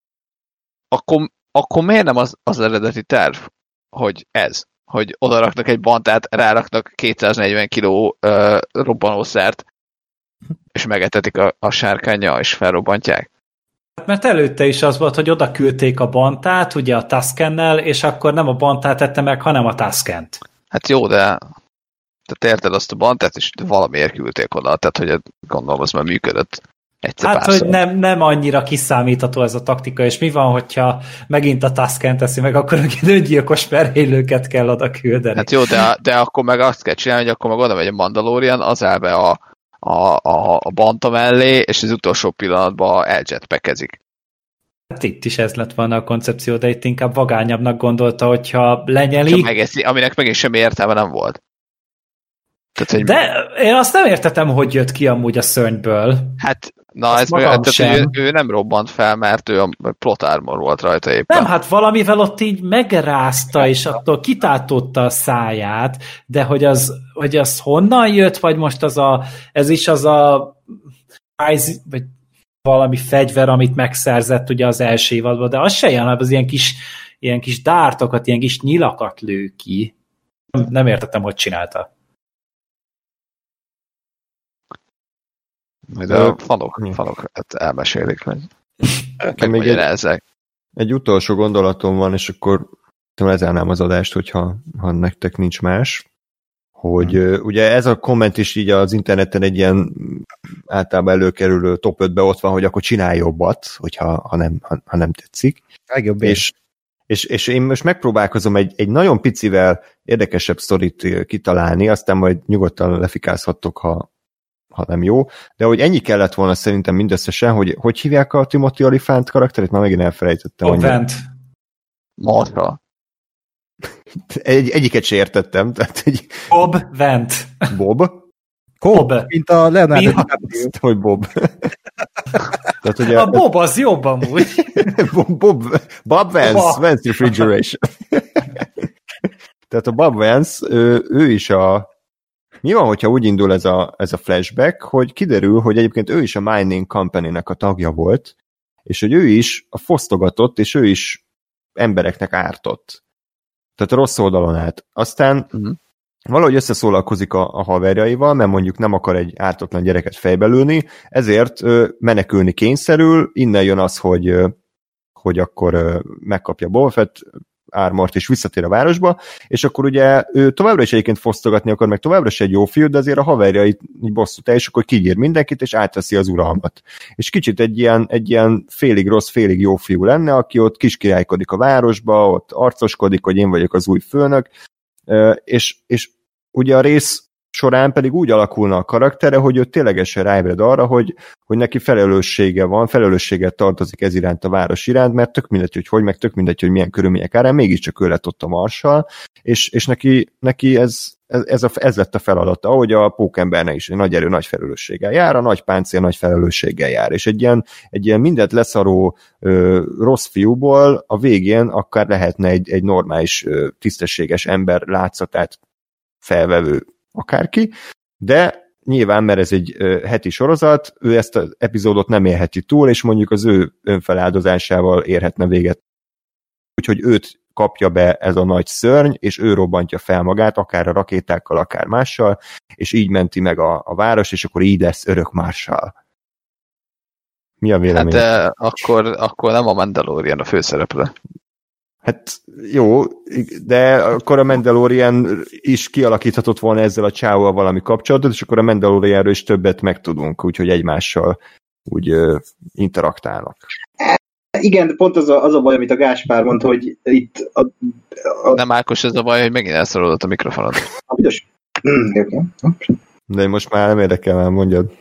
akkor miért nem az eredeti terv, hogy hogy odaraknak egy Bantát, ráraknak 240 kiló robbanószert, és megetetik a sárkánya, és felrobbantják. Mert előtte is az volt, hogy oda küldték a Bantát, ugye a Tuskennel, és akkor nem a Bantát ette meg, hanem a Tuskent. Hát jó, de tehát érted azt a Bantát, és valamiért küldték oda, tehát hogy gondolom, az már működött. Hát, hogy nem annyira kiszámítható ez a taktika, és mi van, hogyha megint a Tusken teszi meg, akkor öngyilkos perhélőket kell oda küldeni. Hát jó, de akkor meg azt kell csinálni, hogy akkor meg oda megy a Mandalorian, az áll be a Banta mellé, és az utolsó pillanatban eljetpackezik. Hát itt is ez lett volna a koncepció, de itt inkább vagányabbnak gondolta, hogyha lenyeli. Megeszi, aminek megint semmi értelme nem volt. Tehát, hogy de én azt nem értettem, hogy jött ki amúgy a szörnyből. Hát, na ez meg, tehát, ő nem robbant fel, mert ő a plot armor volt rajta éppen. Nem, hát valamivel ott így megrázta, és attól kitátotta a száját, de hogy az honnan jött, vagy most ez is az a vagy valami fegyver, amit megszerzett ugye az első évadban, de az se ilyen, az ilyen kis dártokat, ilyen kis nyilakat lő ki. Nem értettem, hogy csinálta. Majd a fanok elmesélik, hogy megmagyarázzák. Egy utolsó gondolatom van, és akkor lezárnám az adást, hogyha nektek nincs más, hogy ugye ez a komment is így az interneten egy ilyen általában előkerülő top 5-be ott van, hogy akkor csinálj jobbat, hogyha nem tetszik. És én most megpróbálkozom egy nagyon picivel érdekesebb sztorit kitalálni, aztán majd nyugodtan lefikázhattok, ha nem jó, de hogy ennyi kellett volna szerintem mindösszesen, hogy hívják a Timothy Olyphant karakterét? Már megint elfelejtettem. Bob Vent. Marha. Egyiket se értettem. Tehát Bob Vent. Bob? Bob, mint a Leonardo. Hogy Bob. Tehát, hogy a Bob az jobb amúgy. Bob Vance Refrigeration. Tehát a Bob Vance, ő is mi van, hogyha úgy indul ez a flashback, hogy kiderül, hogy egyébként ő is a Mining Company-nek a tagja volt, és hogy ő is fosztogatott, és ő is embereknek ártott. Tehát a rossz oldalon állt. Aztán valahogy összeszólalkozik a haverjaival, mert mondjuk nem akar egy ártatlan gyereket fejbe lőni, ezért menekülni kényszerül, innen jön az, hogy akkor megkapja Boba Fett Armort, és visszatér a városba, és akkor ugye ő továbbra is egyébként fosztogatni akar, meg továbbra is egy jó fiú, de azért a haverja így bosszút el, és akkor kigyír mindenkit, és átveszi az uralmat. És kicsit egy ilyen félig rossz, félig jó fiú lenne, aki ott kiskirálykodik a városba, ott arcoskodik, hogy én vagyok az új főnök, és ugye a rész során pedig úgy alakulna a karaktere, hogy ő ténylegesen ráébred arra, hogy neki felelősséggel tartozik ez iránt a város iránt, mert tök mindegy, meg tök mindegy, hogy milyen körülmények árán, mégiscsak ő lett ott a marsal, és neki ez lett a feladata, ahogy a pókembernek is egy nagy erő, nagy felelősséggel jár, a nagy páncél nagy felelősséggel jár, és egy ilyen mindent leszaró rossz fiúból a végén akár lehetne egy normális, tisztességes ember látszatát felvevő akárki, de nyilván, mert ez egy heti sorozat, ő ezt az epizódot nem élheti túl, és mondjuk az ő önfeláldozásával érhetne véget. Úgyhogy őt kapja be ez a nagy szörny, és ő robbantja fel magát, akár a rakétákkal, akár mással, és így menti meg a város, és akkor így lesz örök Marshall. Mi a vélemény? Hát de akkor nem a Mandalorian a főszereplő. Hát jó, de akkor a Mandalorian is kialakíthatott volna ezzel a csáóval valami kapcsolatot, és akkor a Mandalorianről is többet megtudunk, úgyhogy egymással úgy interaktálnak. Igen, de pont az a baj, amit a Gáspár mondta, hogy itt Nem, Ákos, ez a baj, hogy megint elszorodott a mikrofonod. De most már nem érdekel, már mondjad.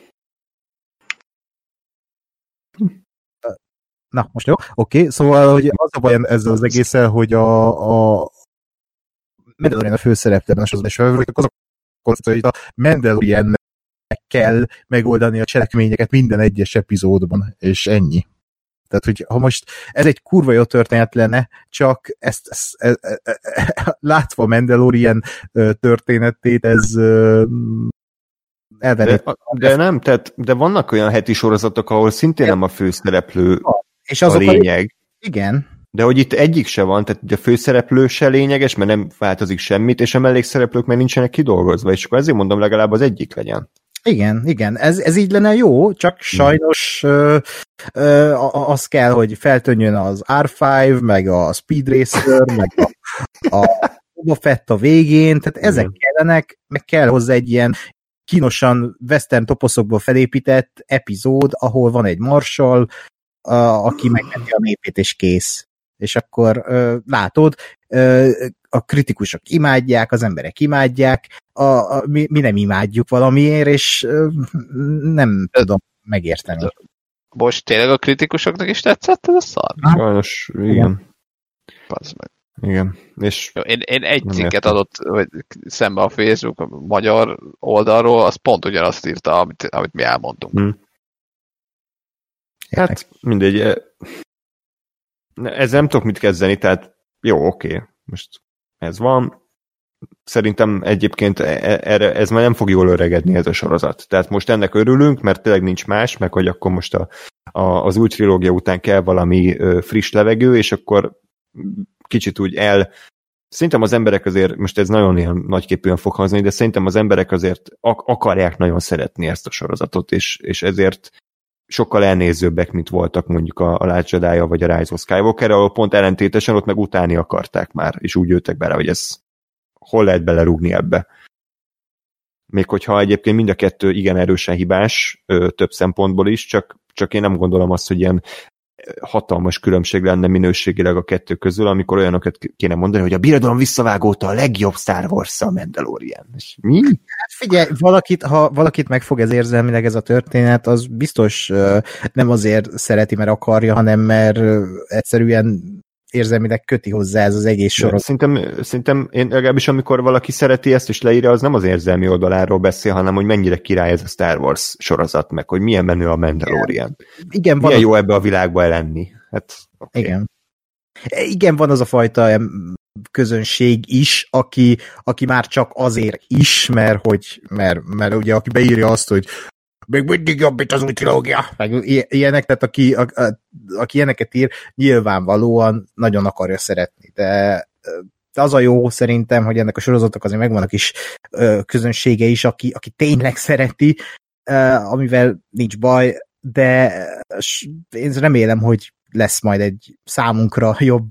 Na, most jó? Oké, szóval hogy az a baj ezzel az egészen, hogy a Mandalorian a főszereplőben az a koncepció, hogy a Mandaloriannek kell megoldani a cselekményeket minden egyes epizódban, és ennyi. Tehát, hogy ha most ez egy kurva jó történet lenne, csak ezt látva Mandalorian történetét, ez elvenni. De nem, de vannak olyan heti sorozatok, ahol szintén nem a főszereplő és a lényeg. Igen. De hogy itt egyik se van, tehát a főszereplő se lényeges, mert nem változik semmit, és a mellékszereplők meg nincsenek kidolgozva, és akkor ezért mondom, legalább az egyik legyen. Igen. Ez így lenne jó, csak sajnos az kell, hogy feltűnjön az R5, meg a Speed Racer, meg a Boba Fett a végén, tehát ezek kellenek, meg kell hozzá egy ilyen kínosan western toposzokból felépített epizód, ahol van egy Marshall, aki megmenti a népét, és kész. És akkor látod, a kritikusok imádják, az emberek imádják, mi nem imádjuk valamiért, és nem tudom megérteni. Most tényleg a kritikusoknak is tetszett ez a szar? Sajnos, igen. Igen. És én egy cikket adott szembe a Facebook, a magyar oldalról, az pont ugyanazt írta, amit mi elmondtunk. Hát mindegy. Ezzel nem tudok mit kezdeni, tehát jó, oké. Most ez van. Szerintem egyébként ez már nem fog jól öregedni ez a sorozat. Tehát most ennek örülünk, mert tényleg nincs más, meg hogy akkor most az új trilógia után kell valami friss levegő, és akkor kicsit úgy szerintem az emberek azért, most ez nagyon ilyen nagyképűen fog hangzni, de szerintem az emberek azért akarják nagyon szeretni ezt a sorozatot, és ezért sokkal elnézőbbek, mint voltak mondjuk a Last Jedi-ja vagy a Rise of Skywalker, ahol pont ellentétesen ott meg utáni akarták már, és úgy jöttek bele, hogy ez hol lehet belerúgni ebbe. Még hogyha egyébként mind a kettő igen erősen hibás, több szempontból is, csak én nem gondolom azt, hogy ilyen hatalmas különbség lenne minőségileg a kettő közül, amikor olyanokat kéne mondani, hogy a Birodalom visszavágóta a legjobb Star Wars a Mandalorian. És mi? Hát figyelj, ha valakit megfog ez érzelmileg ez a történet, az biztos nem azért szereti, mert akarja, hanem mert egyszerűen érzelmileg köti hozzá ez az egész sorozat. Szerintem én legalábbis amikor valaki szereti ezt és leírja, az nem az érzelmi oldaláról beszél, hanem hogy mennyire király ez a Star Wars sorozat, meg hogy milyen menő a Mandalorian. Igen, milyen jó ebbe a világba lenni. Hát, okay. Igen, van az a fajta közönség is, aki már csak azért is, mert ugye aki beírja azt, hogy még mindig jobb, mint az új trilógia. Meg ilyenek, tehát aki ilyeneket ír, nyilvánvalóan nagyon akarja szeretni. De az a jó szerintem, hogy ennek a sorozatok azért megvan a kis közönsége is, aki tényleg szereti, amivel nincs baj, de én remélem, hogy lesz majd egy számunkra jobb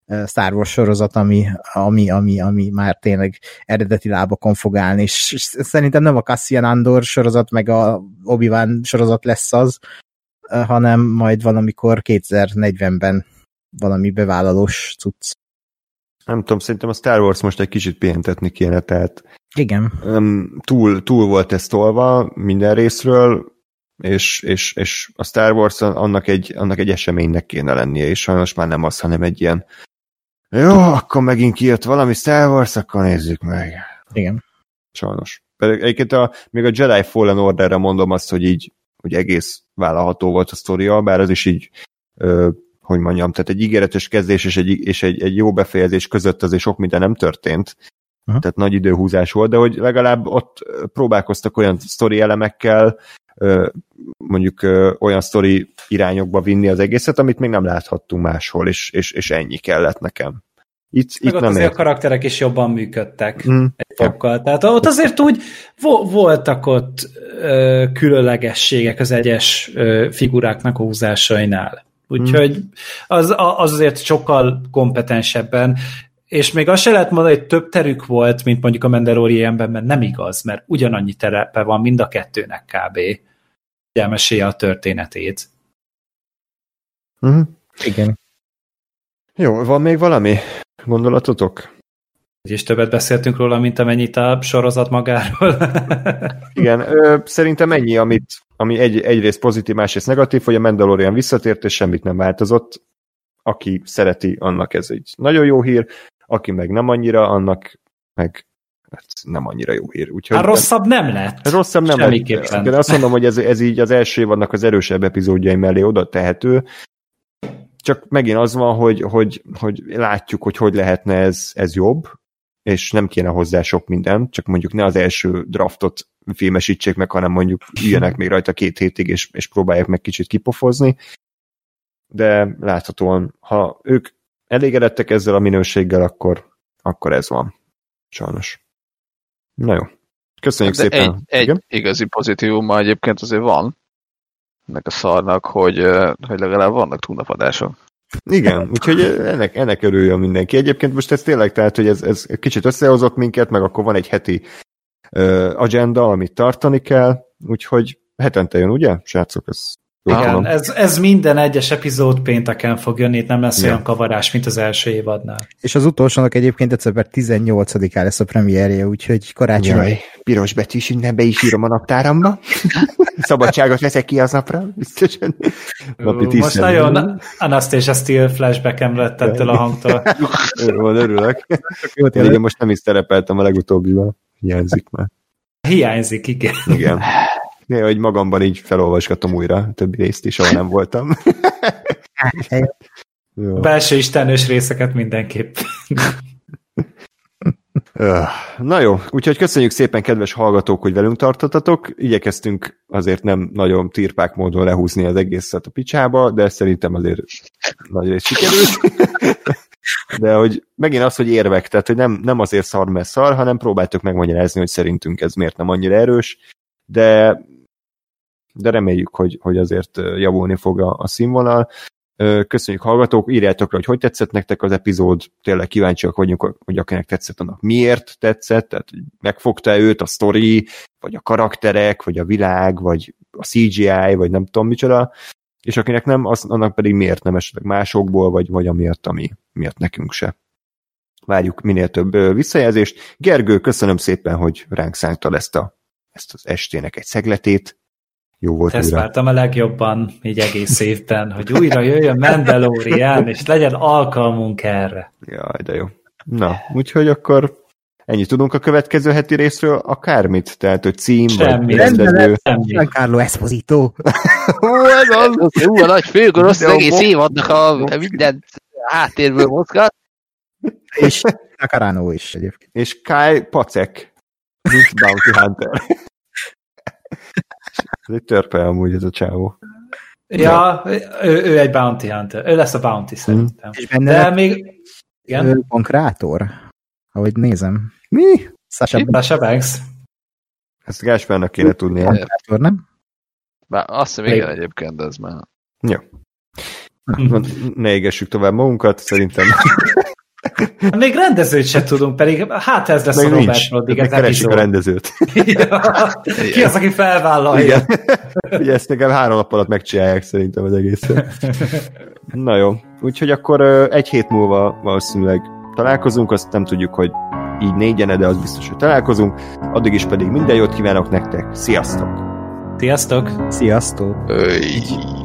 Star Wars sorozat, ami már tényleg eredeti lábakon fog állni, és szerintem nem a Cassian Andor sorozat, meg a Obi-Wan sorozat lesz az, hanem majd valamikor 2040-ben valami bevállalós cucc. Nem tudom, szerintem a Star Wars most egy kicsit pihentetni kéne, tehát igen. Túl volt ez tolva minden részről, és a Star Wars annak egy eseménynek kéne lennie, és sajnos már nem az, hanem egy ilyen jó, akkor megint kijött valami Star Wars, akkor nézzük meg. Igen. Sajnos. Pedig egyébként még a Jedi Fallen Orderre mondom azt, hogy így hogy egész vállalható volt a sztoria, bár az is így hogy mondjam, tehát egy ígéretes kezdés és egy jó befejezés között azért sok minden nem történt. Tehát nagy időhúzás volt, de hogy legalább ott próbálkoztak olyan sztori elemekkel, mondjuk olyan sztori irányokba vinni az egészet, amit még nem láthattunk máshol, és ennyi kellett nekem. Itt ott nem azért a karakterek is jobban működtek egy fokkal. Ja. Tehát ott azért úgy voltak ott különlegességek az egyes figuráknak a húzásainál. Úgyhogy az azért sokkal kompetensebben, és még azt se lehet mondani, hogy több terük volt, mint mondjuk a Mandalorianben, mert nem igaz, mert ugyanannyi terepe van mind a kettőnek kb. Elmesélje a történetét. Igen. Jó, van még valami gondolatotok? És többet beszéltünk róla, mint amennyit a sorozat magáról. Igen, szerintem ennyi, ami egyrészt pozitív, másrészt negatív, hogy a Mandalorian visszatért, és semmit nem változott. Aki szereti, annak ez egy nagyon jó hír, aki meg nem annyira, annak meg nem annyira jó hír. Úgyhogy rosszabb nem lett. Rosszabb nem lett. De azt mondom, hogy ez így az első évadnak az erősebb epizódjai mellé oda tehető. Csak megint az van, hogy látjuk, hogy lehetne ez jobb, és nem kéne hozzá sok minden, csak mondjuk ne az első draftot filmesítsék meg, hanem mondjuk üljenek még rajta 2 hétig, és próbálják meg kicsit kipofozni. De láthatóan, ha ők elégedettek ezzel a minőséggel, akkor ez van. Sajnos. Na jó. Köszönjük de szépen. Egy igazi pozitívuma egyébként azért van ennek a szarnak, hogy legalább vannak túlnapadások. Igen, úgyhogy ennek örüljön mindenki. Egyébként most ez tényleg, tehát, hogy ez kicsit összehozott minket, meg akkor van egy heti agenda, amit tartani kell, úgyhogy hetente jön, ugye, srácok? Igen, ez minden egyes epizód pénteken fog jönni, itt nem lesz olyan kavarás, mint az első évadnál. És az utolsónak egyébként december 18-án lesz a premierje, úgyhogy karácsony. Jaj, piros betűs, innen be is írom a naptáramba. Szabadságot veszek ki az napra, biztosan. Most nagyon Anastasia Steele flashback-em lett ettől a hangtól. Örülök. Igen, most nem is szerepeltem a legutóbbiban. Hiányzik már. Hiányzik, igen. Igen. Ja, hogy magamban így felolvasgatom újra a többi részt is, ahol nem voltam. Belső istennős részeket mindenképp. Na jó, úgyhogy köszönjük szépen, kedves hallgatók, hogy velünk tartottatok. Igyekeztünk azért nem nagyon tirpák módon lehúzni az egészet a picsába, de szerintem azért nagy rész sikerült. De hogy megint az, hogy érvek, tehát hogy nem azért szar, mert szar, hanem próbáltuk megmagyarázni, hogy szerintünk ez miért nem annyira erős, de reméljük, hogy azért javulni fog a színvonal. Köszönjük hallgatók, írjátok le, hogy tetszett nektek az epizód, tényleg kíváncsiak vagyunk, hogy akinek tetszett, annak miért tetszett, tehát megfogta őt a sztori, vagy a karakterek, vagy a világ, vagy a CGI, vagy nem tudom micsoda, és akinek nem, annak pedig miért nem, esetleg másokból, vagy amiatt, ami miatt nekünk se. Várjuk minél több visszajelzést. Gergő, köszönöm szépen, hogy ránk szántad ezt az estének egy szegletét. Jó volt ezt újra. Vártam a legjobban így egész évben, hogy újra jöjjön Mandalorian, és legyen alkalmunk erre. Jaj, de jó. Na, úgyhogy akkor ennyit tudunk a következő heti részről, akármit, tehát hogy cím, semmi, vagy rendező. Giancarlo Esposito. Ez az! A nagy főgonosz az egész évadnak a minden háttérből mozgat. És Takarano is egyébként. És Kai Pacek, mint Bounty Hunter. Ez egy törpe amúgy ez a csávó. Ja, ő egy Bounty Hunter. Ő lesz a Bounty szerintem. De még... Igen? Pankrátor, ahogy nézem. Mi? Sasha Banks. Ezt Gáspárnak kéne tudnia. Pankrátor, nem? Bár azt hiszem, igen egyébként, ez már... Jó. Ne égessük tovább magunkat, szerintem. Még rendezőt se tudunk, pedig hát ez lesz meg a Robert Rodriguez epizód. A rendezőt. Ki az, aki felvállalja? Igen. Ugye ezt nekem 3 nap alatt megcsinálják szerintem az egészet. Na jó, úgyhogy akkor 1 hét múlva valószínűleg találkozunk, azt nem tudjuk, hogy így 4-en, de az biztos, hogy találkozunk. Addig is pedig minden jót kívánok nektek. Sziasztok! Sziasztok! Sziasztok!